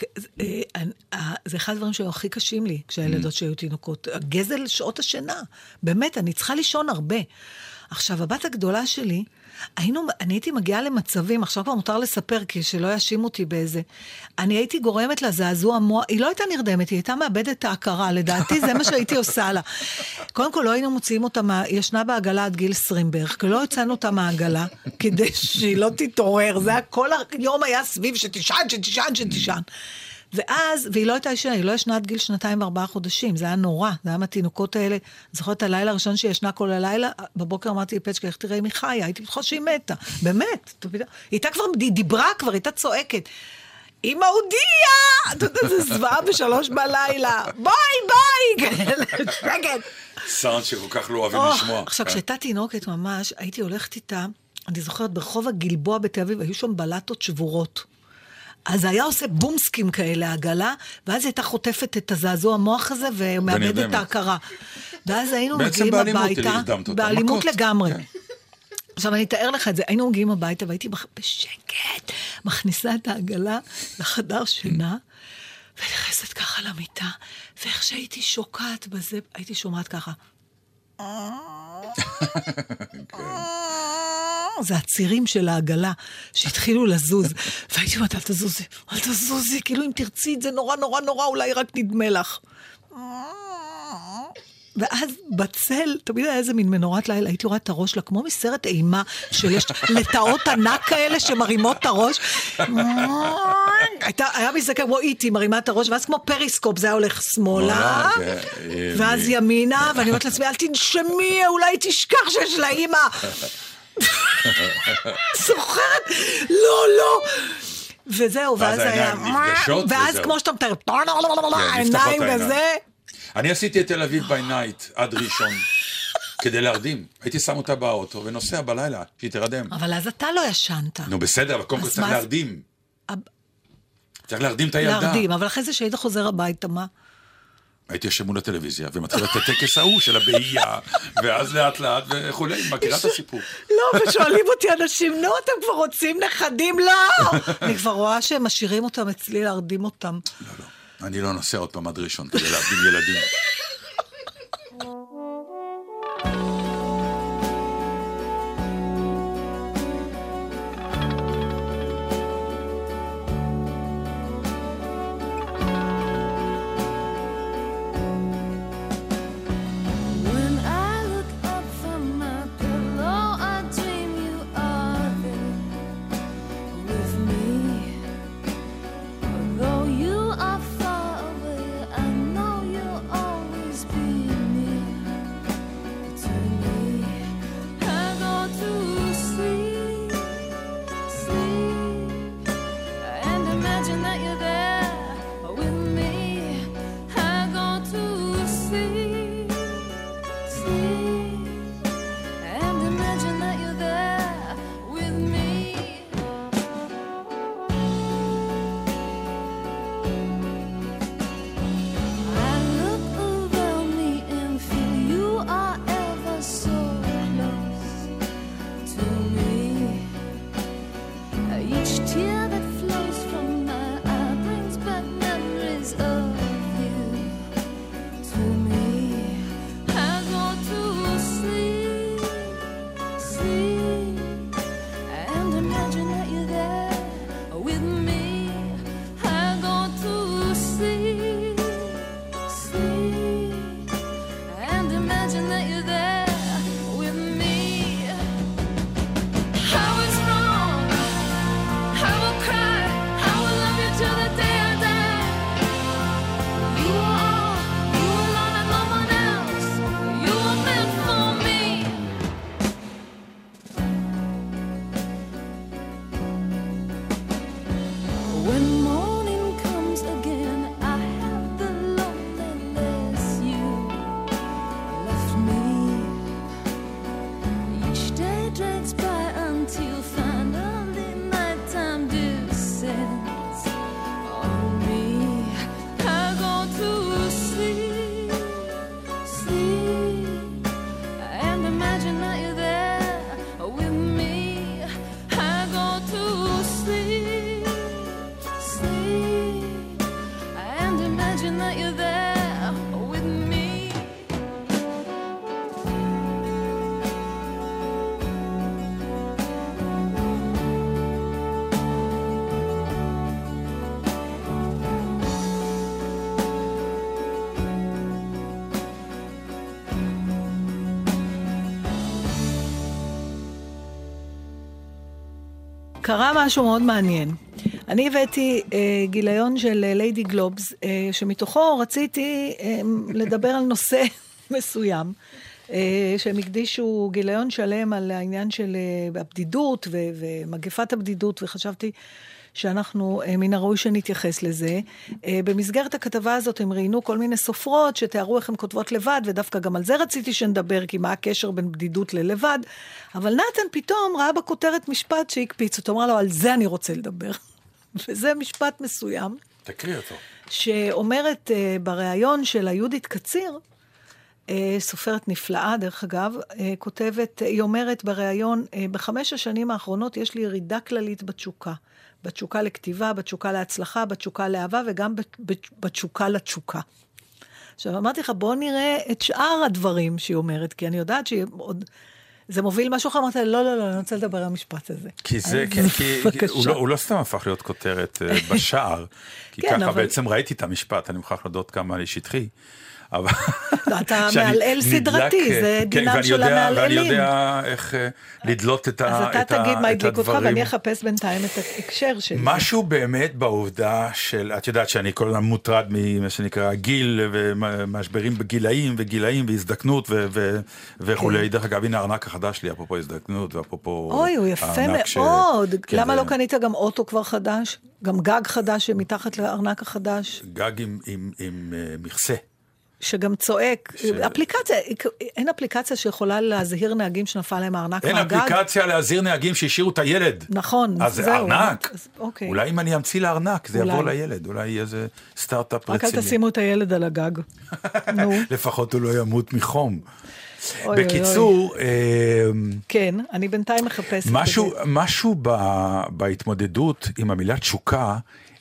זה אחד הדברים שהיו הכי קשים לי, כשהילדות שהיו תינוקות. הגזל שעות השינה. באמת, אני צריכה לישון הרבה. עכשיו, הבת הגדולה שלי, אני הייתי מגיעה למצבים, עכשיו כבר מותר לספר, כי שלא יאשימו אותי באיזה, אני הייתי גורמת לה זעזוע מוח, היא לא הייתה נרדמת, היא הייתה מאבדת את ההכרה, לדעתי זה מה שהייתי עושה לה. קודם כל לא היינו מוציאים אותה, ישנה בעגלה עד גיל 20 בערך, כי לא יצאנו אותה מהעגלה, כדי שהיא לא תתעורר, זה כל היום היה סביב שתישן. ואז, והיא לא הייתה ישנה, היא לא ישנה עד גיל 2 ו4 חודשים, זה היה נורא, זה היה מהתינוקות האלה, זוכרת הלילה הראשון שישנה כל הלילה, בבוקר אמרתי לפצ'קה, איך תראה מי חיה, הייתי בטוחה שהיא מתה, באמת, היא הייתה כבר, דיברה כבר, הייתה צועקת, אמא הודיעה, אתה יודע, זה זוועה ב3 בלילה, ביי, שקט. סאונד שכל כך לא אוהבים לשמוע. עכשיו, כשהייתה תינוקת ממש, הייתי הולכת איתה, אני זוכרת, ברחוב הגלבוע בתל אביב, היו שם בלטות שבורות. אז היה עושה בומסקים כאלה, העגלה, ואז הייתה חוטפת את הזעזוע המוח הזה, ומאבדת את ההכרה. ואז היינו מגיעים הביתה, באלימות לגמרי. עכשיו אני אתאר לך את זה, היינו מגיעים הביתה, והייתי בשקט, מכניסה את העגלה לחדר שינה, ונכנסת ככה למיטה, ואיך שהייתי שוקעת בזה, הייתי שומעת ככה. זה הצירים של העגלה שהתחילו לזוז, והייתי אומרת, אל תזוזי, כאילו אם תרצי את זה נורא, אולי רק נדמה לך. ואז בצל, תמיד היה איזה מין מנורת לילה, הייתי רואה את הראש לה, כמו מסרט אימה, שיש לטאות ענק כאלה שמרימות את הראש. היה מזדקר כמו איטי, מרימה את הראש, ואז כמו פריסקופ, זה היה הולך שמאלה, ואז ימינה, ואני אומרת לעצמי, אל תנשמי, אולי תשכח שיש לה אימא. זוכרת? לא. וזהו, ואז היה... ואז כמו שאתה מתאר, העיניים כזה... אני עשיתי את תל אביב by night עד ראשון, כדי להרדים. הייתי שם אותה באוטו ונוסע בלילה, שהיא תרדם. אבל אז אתה לא ישנת. נו בסדר, אבל קודם כל צריך להרדים. צריך להרדים את הילדה. להרדים, אבל אחרי זה שהיית חוזר הביתה, מה? הייתי יושב מול הטלוויזיה, ומתחיל את הטקס ההוא של הבאייה, ואז לאט לאט וכולי, מכירה את הסיפור. לא, ושואלים אותי אנשים, נו, אתם כבר רוצים נכדים? לא! אני כבר רואה שהם משאירים אותם אצלי, להרדים אותם. לא. אני לא נוסע עוד פעם עד ראשון כדי להרדים ילדים. קרה משהו מאוד מעניין. אני הבאתי גיליון של ליידי גלובס, שמתוכו רציתי לדבר על נושא מסוים, שהם הקדישו גיליון שלם על העניין של הבדידות ומגפת הבדידות, וחשבתי שאנחנו מן הראוי שנתייחס לזה. במסגרת הכתבה הזאת הם ראינו כל מיני סופרות שתיארו איך הן כותבות לבד, ודווקא גם על זה רציתי שנדבר, כי מה הקשר בין בדידות ללבד. אבל נתן פתאום ראה בכותרת משפט שהקפיץ אותו, אמר לו, על זה אני רוצה לדבר. וזה משפט מסוים. תקריא אותו. שאומרת בריאיון של היהודית קציר, סופרת נפלאה דרך אגב, כותבת, היא אומרת בריאיון, ב5 השנים האחרונות יש לי ירידה כללית בתשוקה. בתשוקה לכתיבה, בתשוקה להצלחה, בתשוקה לאהבה, וגם בתשוקה לתשוקה. עכשיו, אמרתי לך, בוא נראה את שאר הדברים שהיא אומרת, כי אני יודעת שהיא עוד... זה מוביל משהו אחר, אמרתי, לא, אני רוצה לדבר על המשפט הזה. כי זה, הוא לא סתם הפך להיות כותרת בשער, כי ככה בעצם ראיתי את המשפט, אני מוכרח לדעות כמה שטחי, אתה מעלעל סדרתי, זה דינם של המעלעלים. ואני יודע איך לדלות את הדברים. אז אתה תגיד מה הדליק אותך, ואני אחפש בינתיים את ההקשר של זה. משהו באמת בעובדה של, את יודעת שאני כל הזמן מוטרד ממה שנקרא גיל, ומשברים בגילאים והזדקנות וכולי. דרך אגב, הנה הארנק החדש לי, אפרופו הזדקנות, ואפרופו... אוי, הוא יפה מאוד. למה לא קנית גם אוטו כבר חדש? גם גג חדש שמתחת לארנק החדש? גג עם מכסה. שגם צועק. אפליקציה, אין אפליקציה שיכולה להזהיר נהגים שנפל להם הארנק מהגג? אין אפליקציה להזהיר נהגים שהשאירו את הילד. נכון, אז זה ארנק. אולי אם אני אמציא לארנק, זה יבוא לילד. אולי יהיה איזה סטארט-אפ רציני. רק אל תשימו את הילד על הגג. לפחות הוא לא ימות מחום. בקיצור... כן, אני בינתיים מחפשת. משהו בהתמודדות עם המילה תשוקה,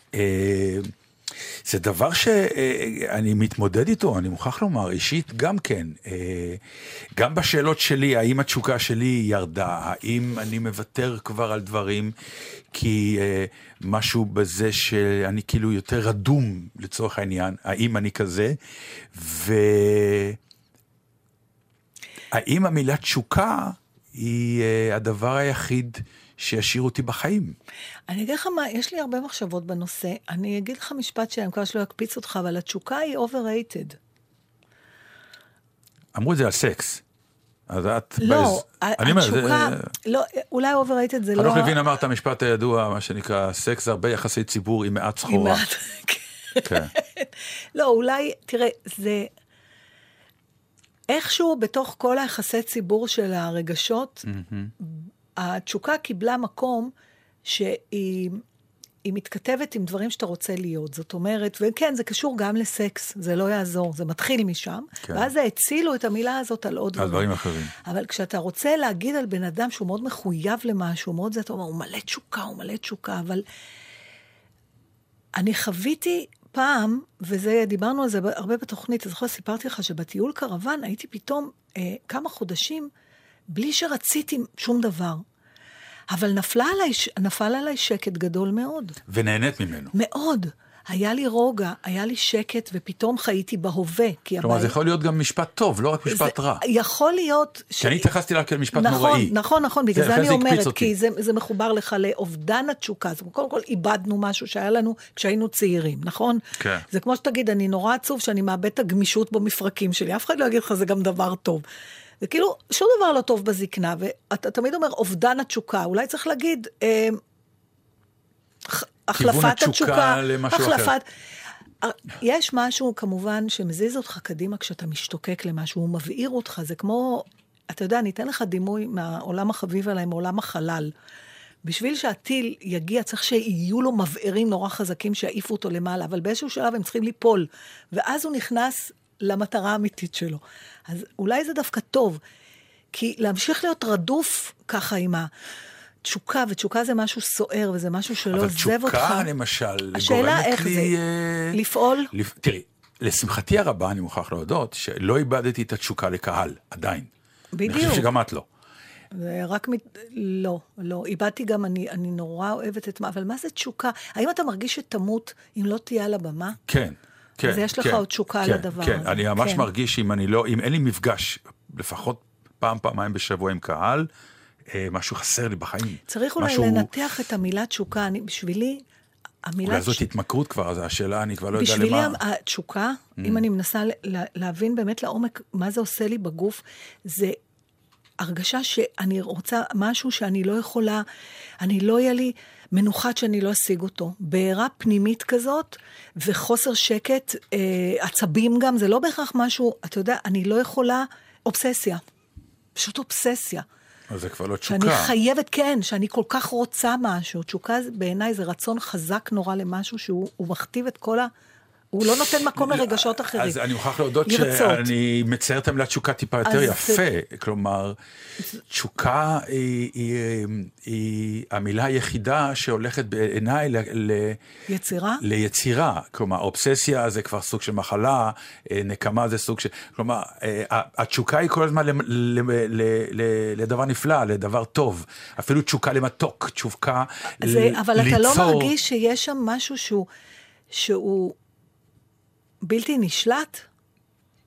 זה דבר שאני מתמודד איתו, אני מוכרח לומר, אישית גם כן. גם בשאלות שלי, האם התשוקה שלי ירדה, האם אני מוותר כבר על דברים, כי משהו בזה שאני כאילו יותר רדום לצורך העניין, האם אני כזה, האם המילה תשוקה היא הדבר היחיד שישאיר אותי בחיים? אני אגיד לך מה, יש לי הרבה מחשבות בנושא. אני אגיד לך משפט שאני מקווה שלא יקפיץ אותך, אבל התשוקה היא overrated. אמרו את זה על סקס. אז את... לא, התשוקה... לא, אולי overrated זה לא... חנוך לוין אמר את המשפט הידוע, מה שנקרא, סקס זה הרבה יחסי ציבור עם מעט סחורה. כן. לא, אולי, תראה, זה... איכשהו בתוך כל היחסי ציבור של הרגשות, התשוקה קיבלה מקום שהיא מתכתבת עם דברים שאתה רוצה להיות. זאת אומרת, וכן, זה קשור גם לסקס, זה לא יעזור, זה מתחיל משם, ואז זה הצילו את המילה הזאת על עוד דברים אחרים. אבל כשאתה רוצה להגיד על בן אדם שהוא מאוד מחויב למשהו, מאוד זה, אתה אומר, הוא מלא תשוקה, אבל אני חוויתי פעם, דיברנו על זה הרבה בתוכנית, אז זוכר, סיפרתי לך שבטיול קרוון הייתי פתאום כמה בלי שרציתי שום דבר. אבל נפל עליי שקט גדול מאוד. ונהנית ממנו. מאוד. היה לי רוגע, היה לי שקט, ופתאום חייתי בהווה. כלומר, זה יכול להיות גם משפט טוב, לא רק משפט רע. יכול להיות... כי אני התייחסתי לה כאל משפט נוראי. נכון, בגלל זה אני אומרת, כי זה מחובר לך לאובדן התשוקה. קודם כל, איבדנו משהו שהיה לנו כשהיינו צעירים, נכון? כן. זה כמו שתגיד, אני נורא עצוב שאני מאבד את הגמישות במפרקים שלי. אף אחד לא יגיד לך, זה גם דבר טוב. זה כאילו, שום דבר לא טוב בזקנה, ואתה תמיד אומר, אובדן התשוקה. אולי צריך להגיד... החלפת התשוקה, יש משהו כמובן שמזיז אותך קדימה כשאתה משתוקק למשהו, הוא מבעיר אותך, זה כמו, אתה יודע, אני אתן לך דימוי מהעולם החביב עליי, מעולם החלל. בשביל שהטיל יגיע, צריך שיהיו לו מבערים נורא חזקים שיעיפו אותו למעלה, אבל באיזשהו שלב הם צריכים ליפול, ואז הוא נכנס למטרה האמיתית שלו. אז אולי זה דווקא טוב, כי להמשיך להיות רדוף ככה עם תשוקה, ותשוקה זה משהו סוער, וזה משהו שלא עוזב אותך. אבל תשוקה, למשל, השאלה איך זה, לפעול? תראי, לשמחתי הרבה, אני מוכרח להודות, שלא איבדתי את התשוקה לקהל, עדיין. בדיוק. אני חושב שגם את לא. רק לא, איבדתי גם, אני נורא אוהבת את מה, אבל מה זה תשוקה? האם אתה מרגיש שתמות אם לא תהיה על הבמה? כן. אז יש לך עוד תשוקה על הדבר הזה. כן, אני ממש מרגיש אם אין לי מפגש, לפחות פעמיים בשבוע עם קהל, משהו חסר לי בחיים. צריך אולי לנתח את המילה תשוקה, בשבילי, אולי זאת התמכרות כבר, אז השאלה, אני כבר לא יודע למה. בשבילי התשוקה, אם אני מנסה להבין באמת לעומק מה זה עושה לי בגוף, זה הרגשה שאני רוצה משהו שאני לא יכולה, לא יהיה לי מנוחת שאני לא אשיג אותו. בעירה פנימית כזאת, וחוסר שקט, עצבים גם, זה לא בהכרח משהו, אתה יודע, אני לא יכולה, אובססיה. פשוט אובססיה. אז זה כבר לא תשוקה. שאני חייבת, כן, שאני כל כך רוצה משהו. תשוקה בעיניי זה רצון חזק נורא למשהו שהוא מכתיב את כל הוא לא נותן מקום לרגשות אחרים. אז אני מוכרח להודות שאני מצייר את המילה תשוקה טיפה יותר יפה. כלומר, תשוקה היא המילה היחידה שהולכת בעיניי ליצירה. כלומר, אובססיה זה כבר סוג של מחלה, נקמה זה סוג של... כלומר, התשוקה היא כל הזמן לדבר נפלא, לדבר טוב. אפילו תשוקה למתוק, תשוקה ליצור. אבל אתה לא מרגיש שיש שם משהו שהוא בלתי נשלט?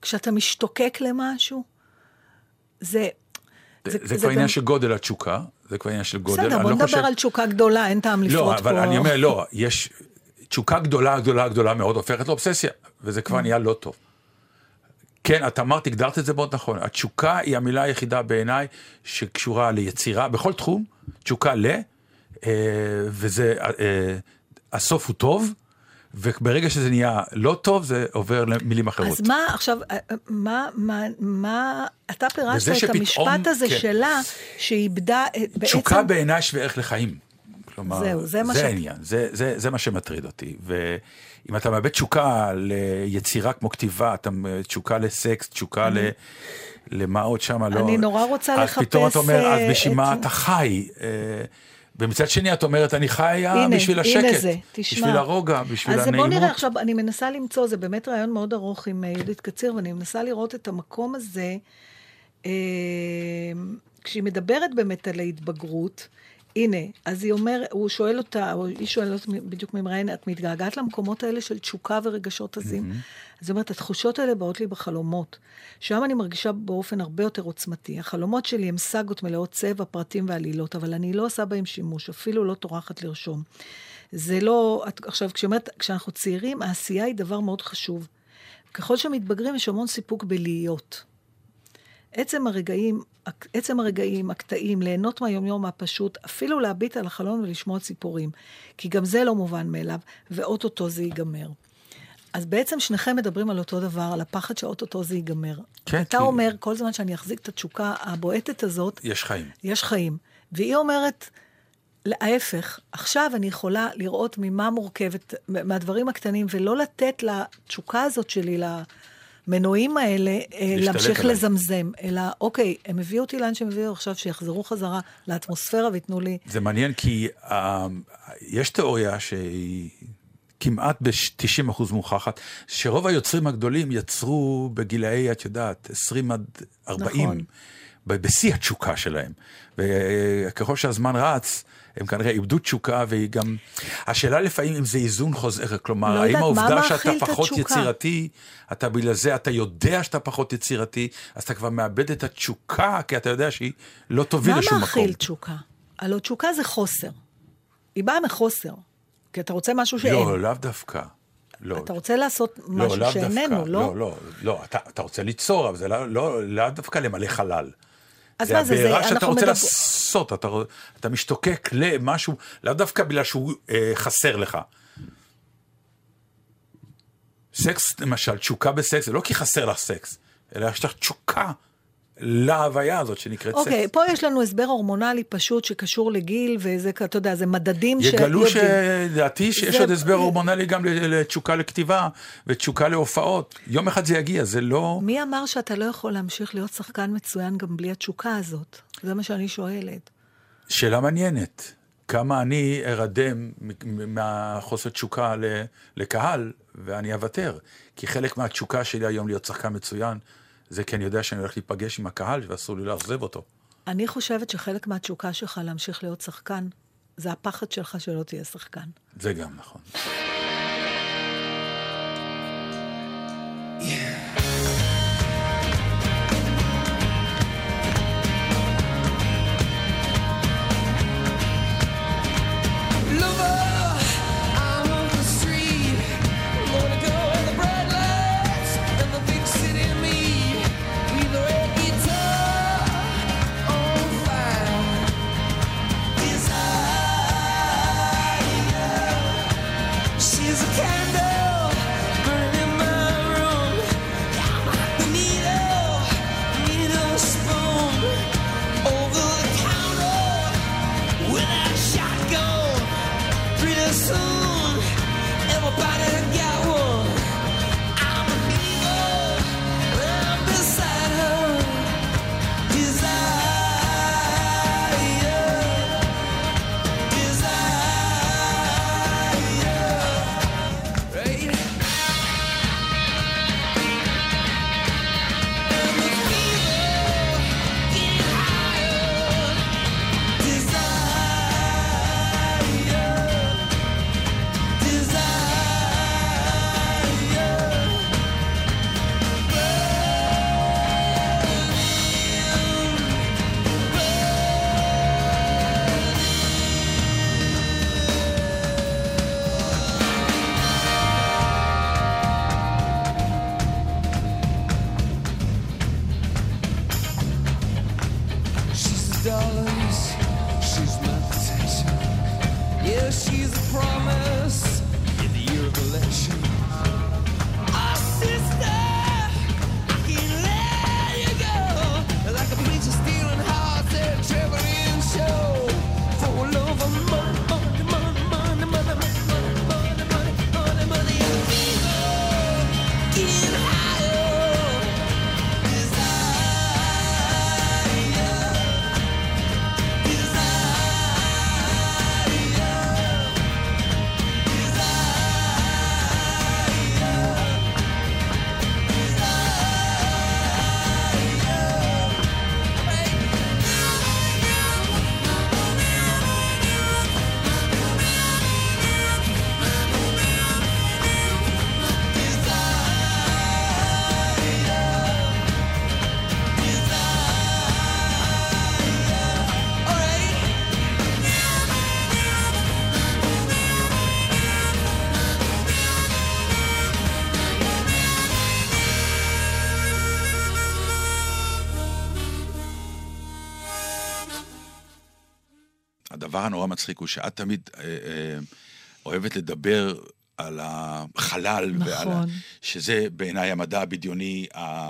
כשאתה משתוקק למשהו, זה כבר עניין של גודל התשוקה, זה כבר עניין של גודל. בסדר, בוא נדבר על תשוקה גדולה, אין טעם לפרוט פה. לא, אבל אני אומר, לא, יש תשוקה גדולה מאוד הופכת לאובססיה, וזה כבר נהיה לא טוב. כן, את אמרת, הגדרת את זה מאוד נכון. התשוקה היא המילה היחידה בעיניי שקשורה ליצירה, בכל תחום, תשוקה וזה, הסוף הוא טוב, וברגע שזה נהיה לא טוב, זה עובר למילים אחרות. אז מה, עכשיו, אתה פירשת את המשפט הזה שלה, שאיבדה בעצם... תשוקה בעיניי שווה ערך לחיים. כלומר, זה העניין, זה מה שמטריד אותי. ואם אתה מאבד תשוקה ליצירה כמו כתיבה, אתה תשוקה לסקס, תשוקה למה עוד שם, לא... אני נורא רוצה לחפש... אז פתאום אתה אומר, אז בשביל מה אתה חי? ומצד שני את אומרת, אני חיה בשביל השקט, בשביל הרוגע, בשביל הנעימות. אז בוא נראה, עכשיו, אני מנסה למצוא, זה באמת רעיון מאוד ארוך עם יהודית קציר, ואני מנסה לראות את המקום הזה, כשהיא מדברת באמת על ההתבגרות, הנה, אז הוא שואל אותה, או היא שואלת אותה בדיוק ממראיין, את מתגעגעת למקומות האלה של תשוקה ורגשות עזים? אז היא אומרת, התחושות האלה באות לי בחלומות. שם אני מרגישה באופן הרבה יותר עוצמתי. החלומות שלי הם סגות מלאות צבע, פרטים ועלילות, אבל אני לא עושה בהם שימוש, אפילו לא טורחת לרשום. זה לא, עכשיו, כשאנחנו צעירים, העשייה היא דבר מאוד חשוב. ככל שמתבגרים, יש המון סיפוק בלהיות. עצם הרגעים, הקטעים, ליהנות מהיומיום הפשוט, אפילו להביט על החלון ולשמוע ציפורים, כי גם זה לא מובן מאליו, ואוטוטו זה ייגמר. אז בעצם שניכם מדברים על אותו דבר, על הפחד שאוטוטו זה ייגמר. כן, אתה אומר, כל זמן שאני אחזיק את התשוקה הבועטת הזאת, יש חיים. יש חיים. והיא אומרת, להפך, עכשיו אני יכולה לראות ממה מורכבת, מהדברים הקטנים, ולא לתת לתשוקה הזאת שלי, המנועים האלה, להמשיך לזמזם, אלא אוקיי, הם הביאו אותי לאן שהם הביאו, עכשיו שיחזרו חזרה לאטמוספירה ויתנו לי. זה מעניין כי יש תיאוריה שהיא כמעט ב-90% מוכחת, שרוב היוצרים הגדולים יצרו בגילאי, את יודעת, 20 עד 40, נכון. בשיא התשוקה שלהם. וככל שהזמן רץ, הם כנראה איבדו תשוקה, והיא גם... השאלה לפעמים אם זה איזון חוזר, כלומר, האם העובדה שאתה פחות יצירתי, אתה בגלל זה, אתה יודע שאתה פחות יצירתי, אז אתה כבר מאבד את התשוקה, כי אתה יודע שהיא לא תוביל לשום מקום. מה מאכיל תשוקה? הלוא תשוקה זה חוסר. היא באה מחוסר. כי אתה רוצה משהו שאין. לא, לאו דווקא. לא. אתה רוצה לעשות משהו שאיננו, לא? לא, אתה רוצה ליצור, אבל זה לאו דווקא למלא חלל. אז מה זה? זה הבעירה שאתה רוצה לעשות, אתה משתוקק למשהו, לאו דווקא בגלל שהוא חסר לך. סקס, למשל, תשוקה בסקס, זה לא כי חסר לך סקס, אלא יש לך תשוקה להוויה הזאת שנקראת סקס. אוקיי, פה יש לנו הסבר הורמונלי פשוט שקשור לגיל, וזה, אתה יודע, זה מדדים יגלו שדעתי שיש עוד הסבר הורמונלי גם לתשוקה לכתיבה, ותשוקה להופעות. יום אחד זה יגיע, זה לא... מי אמר שאתה לא יכול להמשיך להיות שחקן מצוין גם בלי התשוקה הזאת? זה מה שאני שואלת. שאלה מעניינת. כמה אני ארדם מהחוסר תשוקה לקהל, ואני אוותר. כי חלק מהתשוקה שלי היום להיות שחקן מצוין, זה כי אני יודע שאני הולך להיפגש עם הקהל, ואסור לי להחזב אותו. אני חושבת שחלק מהתשוקה שלך להמשיך להיות שחקן, זה הפחד שלך שלא תהיה שחקן. זה גם נכון. she's a promise in the year of election. Oh, sister, I can't let you go. Like a preacher stealing hearts at a traveling show. For love of money, money, money, money, money, money, money, money, money, money, and fever. Get higher. הדבר הנורא מצחיק הוא שאת תמיד אוהבת לדבר על החלל, נכון. שזה בעיניי המדע הבדיוני,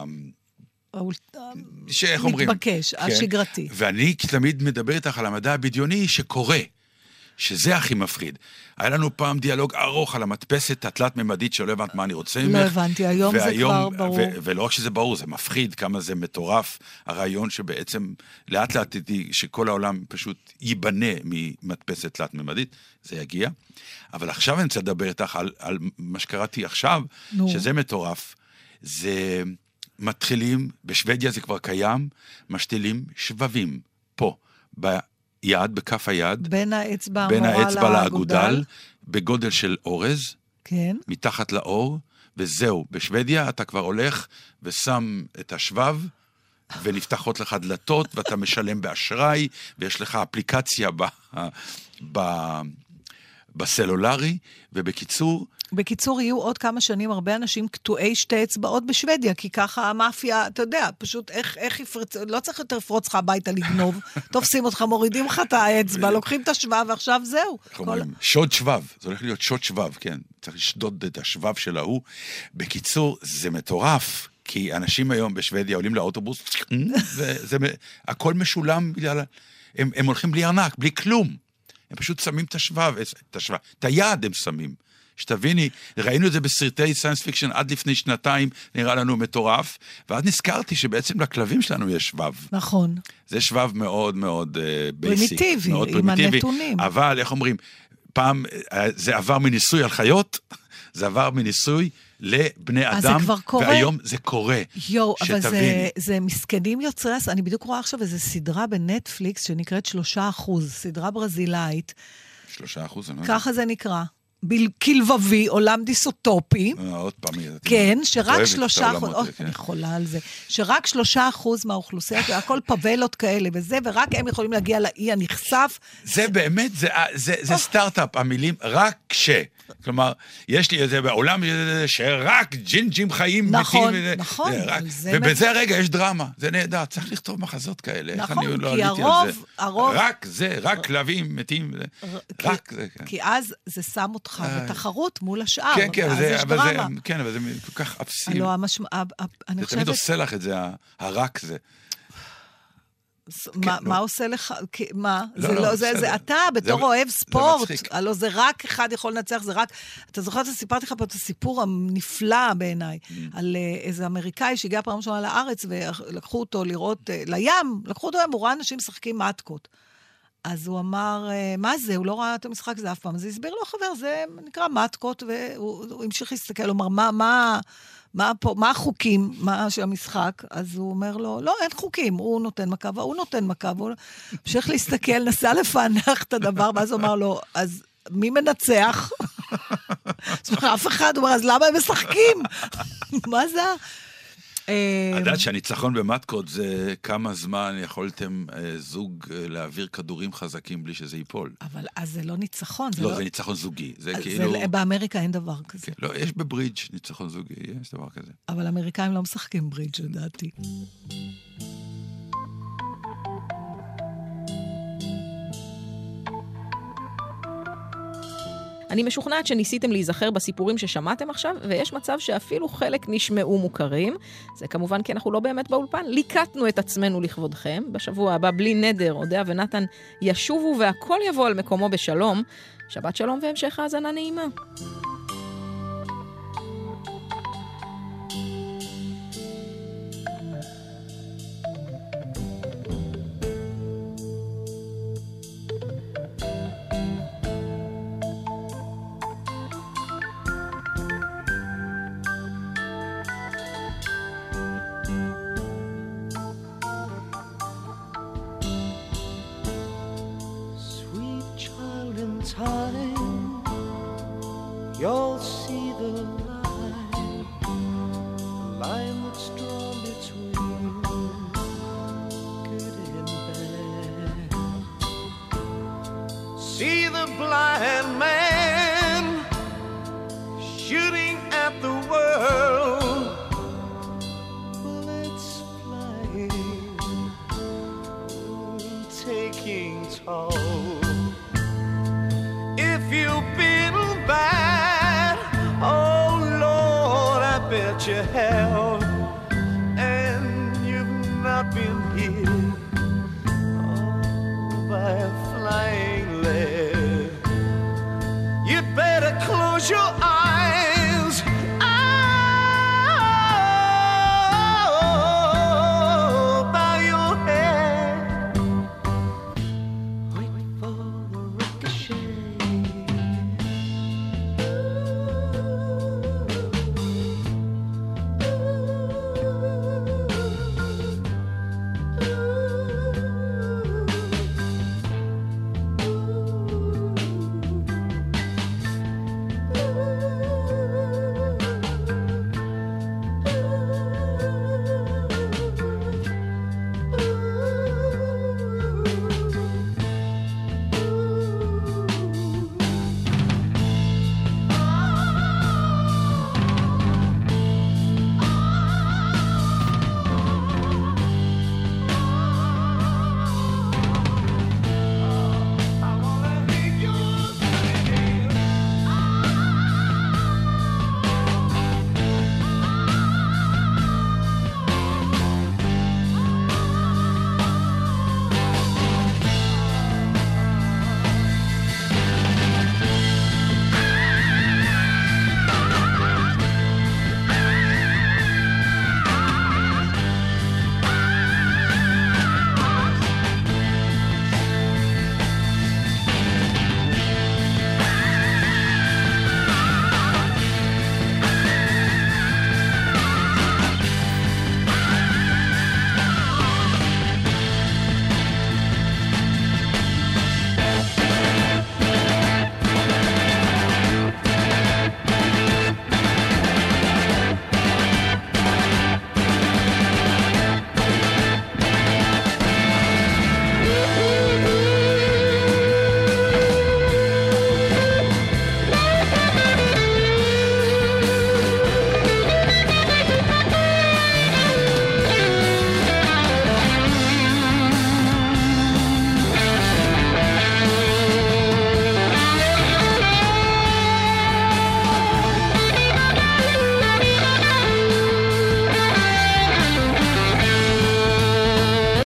שאיך אומרים? מתבקש, השגרתי. ואני תמיד מדבר איתך על המדע הבדיוני שקורה, שזה הכי מפחיד. היה לנו פעם דיאלוג ארוך על המדפסת התלת-ממדית שלא הבנת מה אני רוצה ממך. לא הבנתי, היום זה כבר ברור. ולא רק שזה ברור, זה מפחיד כמה זה מטורף, הרעיון שבעצם לאט לאט שכל העולם פשוט ייבנה ממדפסת תלת-ממדית, זה יגיע. אבל עכשיו אני רוצה לדבר איתך על מה שקראתי עכשיו, שזה מטורף. זה מתחילים, בשוודיה זה כבר קיים, משתילים שבבים פה, יד, בכף היד. בין האצבע לאגודל, בגודל של אורז. כן. מתחת לאור, וזהו. בשוודיה אתה כבר הולך ושם את השבב, ונפתחות לך דלתות, ואתה משלם באשראי, ויש לך אפליקציה בסלולרי, ובקיצור... בקיצור, יהיו עוד כמה שנים הרבה אנשים קטועי שתי אצבעות בשוודיה, כי ככה המאפיה, אתה יודע, פשוט איך יפרץ, לא צריך יותר לפרוץ לך הביתה לגנוב, תופסים אותך, מורידים לך את האצבע, לוקחים את השבב, ועכשיו זהו. שוד שבב, זה הולך להיות שוד שבב, כן, צריך לשדוד את השבב של ההוא. בקיצור, זה מטורף, כי אנשים היום בשוודיה עולים לאוטובוס, הכל משולם, הם הולכים בלי ארנק, בלי כלום. הם פשוט שמים את השבב, את היד הם שמים. שתביני, ראינו את זה בסרטי סיינס פיקשן עד לפני שנתיים, נראה לנו מטורף, ואז נזכרתי שבעצם לכלבים שלנו יש שבב. נכון. זה שבב מאוד מאוד בייסיק. פרימיטיבי, עם הנתונים. אבל, איך אומרים, פעם זה עבר מניסוי על חיות, זה עבר מניסוי לבני אדם, והיום זה קורה. יו, אבל זה מסכנים יוצרי, אני בדיוק רואה עכשיו איזו סדרה בנטפליקס שנקראת 3%, סדרה ברזילאית. 3%? ככה זה נקרא. כלבבי, עולם דיסוטופי. עוד פעם. כן, שרק 3%, אני חולה על זה, שרק 3% מהאוכלוסייה, הכל פבלות כאלה וזה, ורק הם יכולים להגיע לאי הנחשף. זה באמת, זה סטארט-אפ, המילים רק כלומר, יש לי איזה בעולם שרק ג'ינג'ים חיים. נכון, נכון. ובזה הרגע יש דרמה, זה נהדר, צריך לכתוב מחזות כאלה. נכון, כי הרוב... רק זה, רק כלבים מתים, רק זה. כי אז זה שם אותך בתחרות מול השאר, כן, כן, אז יש דרמה. כן, אבל זה כל כך אפסי. זה תמיד עושה לך את זה, הרק זה. מה עושה לך? מה? זה אתה בתור אוהב ספורט, הלוא זה רק אחד יכול לנצח, זה רק, אתה זוכר, סיפרתי לך פה את הסיפור הנפלא בעיניי, על איזה אמריקאי שהגיע פעם ראשונה לארץ, ולקחו אותו לראות, לים, לקחו אותו, הוא ראה אנשים משחקים מתקות. אז הוא אמר, מה זה? הוא לא ראה את המשחק הזה אף פעם. אז הסביר לו חבר, זה נקרא מתקות, והוא המשיך להסתכל, הוא אמר, מה החוקים, של המשחק? אז הוא אומר לו, לא, אין חוקים, הוא נותן מכה, והוא נותן מכה, והוא המשיך להסתכל, נסע לפענח את הדבר, ואז הוא אמר לו, אז מי מנצח? זאת אומרת, אף אחד, הוא אומר, אז למה הם משחקים? מה זה? לדעת שהניצחון במתקות זה כמה זמן יכולתם זוג להעביר כדורים חזקים בלי שזה ייפול. אבל אז זה לא ניצחון. לא, זה ניצחון זוגי. זה כאילו... באמריקה אין דבר כזה. לא, יש בברידג' ניצחון זוגי, יש דבר כזה. אבל האמריקאים לא משחקים ברידג', לדעתי. אני משוכנעת שניסיתם להיזכר בסיפורים ששמעתם עכשיו, ויש מצב שאפילו חלק נשמעו מוכרים. זה כמובן כי אנחנו לא באמת באולפן. ליקטנו את עצמנו לכבודכם. בשבוע הבא, בלי נדר, אודיה ונתן ישובו והכל יבוא על מקומו בשלום. שבת שלום והמשך האזנה נעימה. Time, you'll see the line that's drawn between good and bad. See the blind man shooting at the world, bullets flying, taking toll. You've been bad, oh Lord, I bet you have, and you've not been hit by a flying lead. You better close your eyes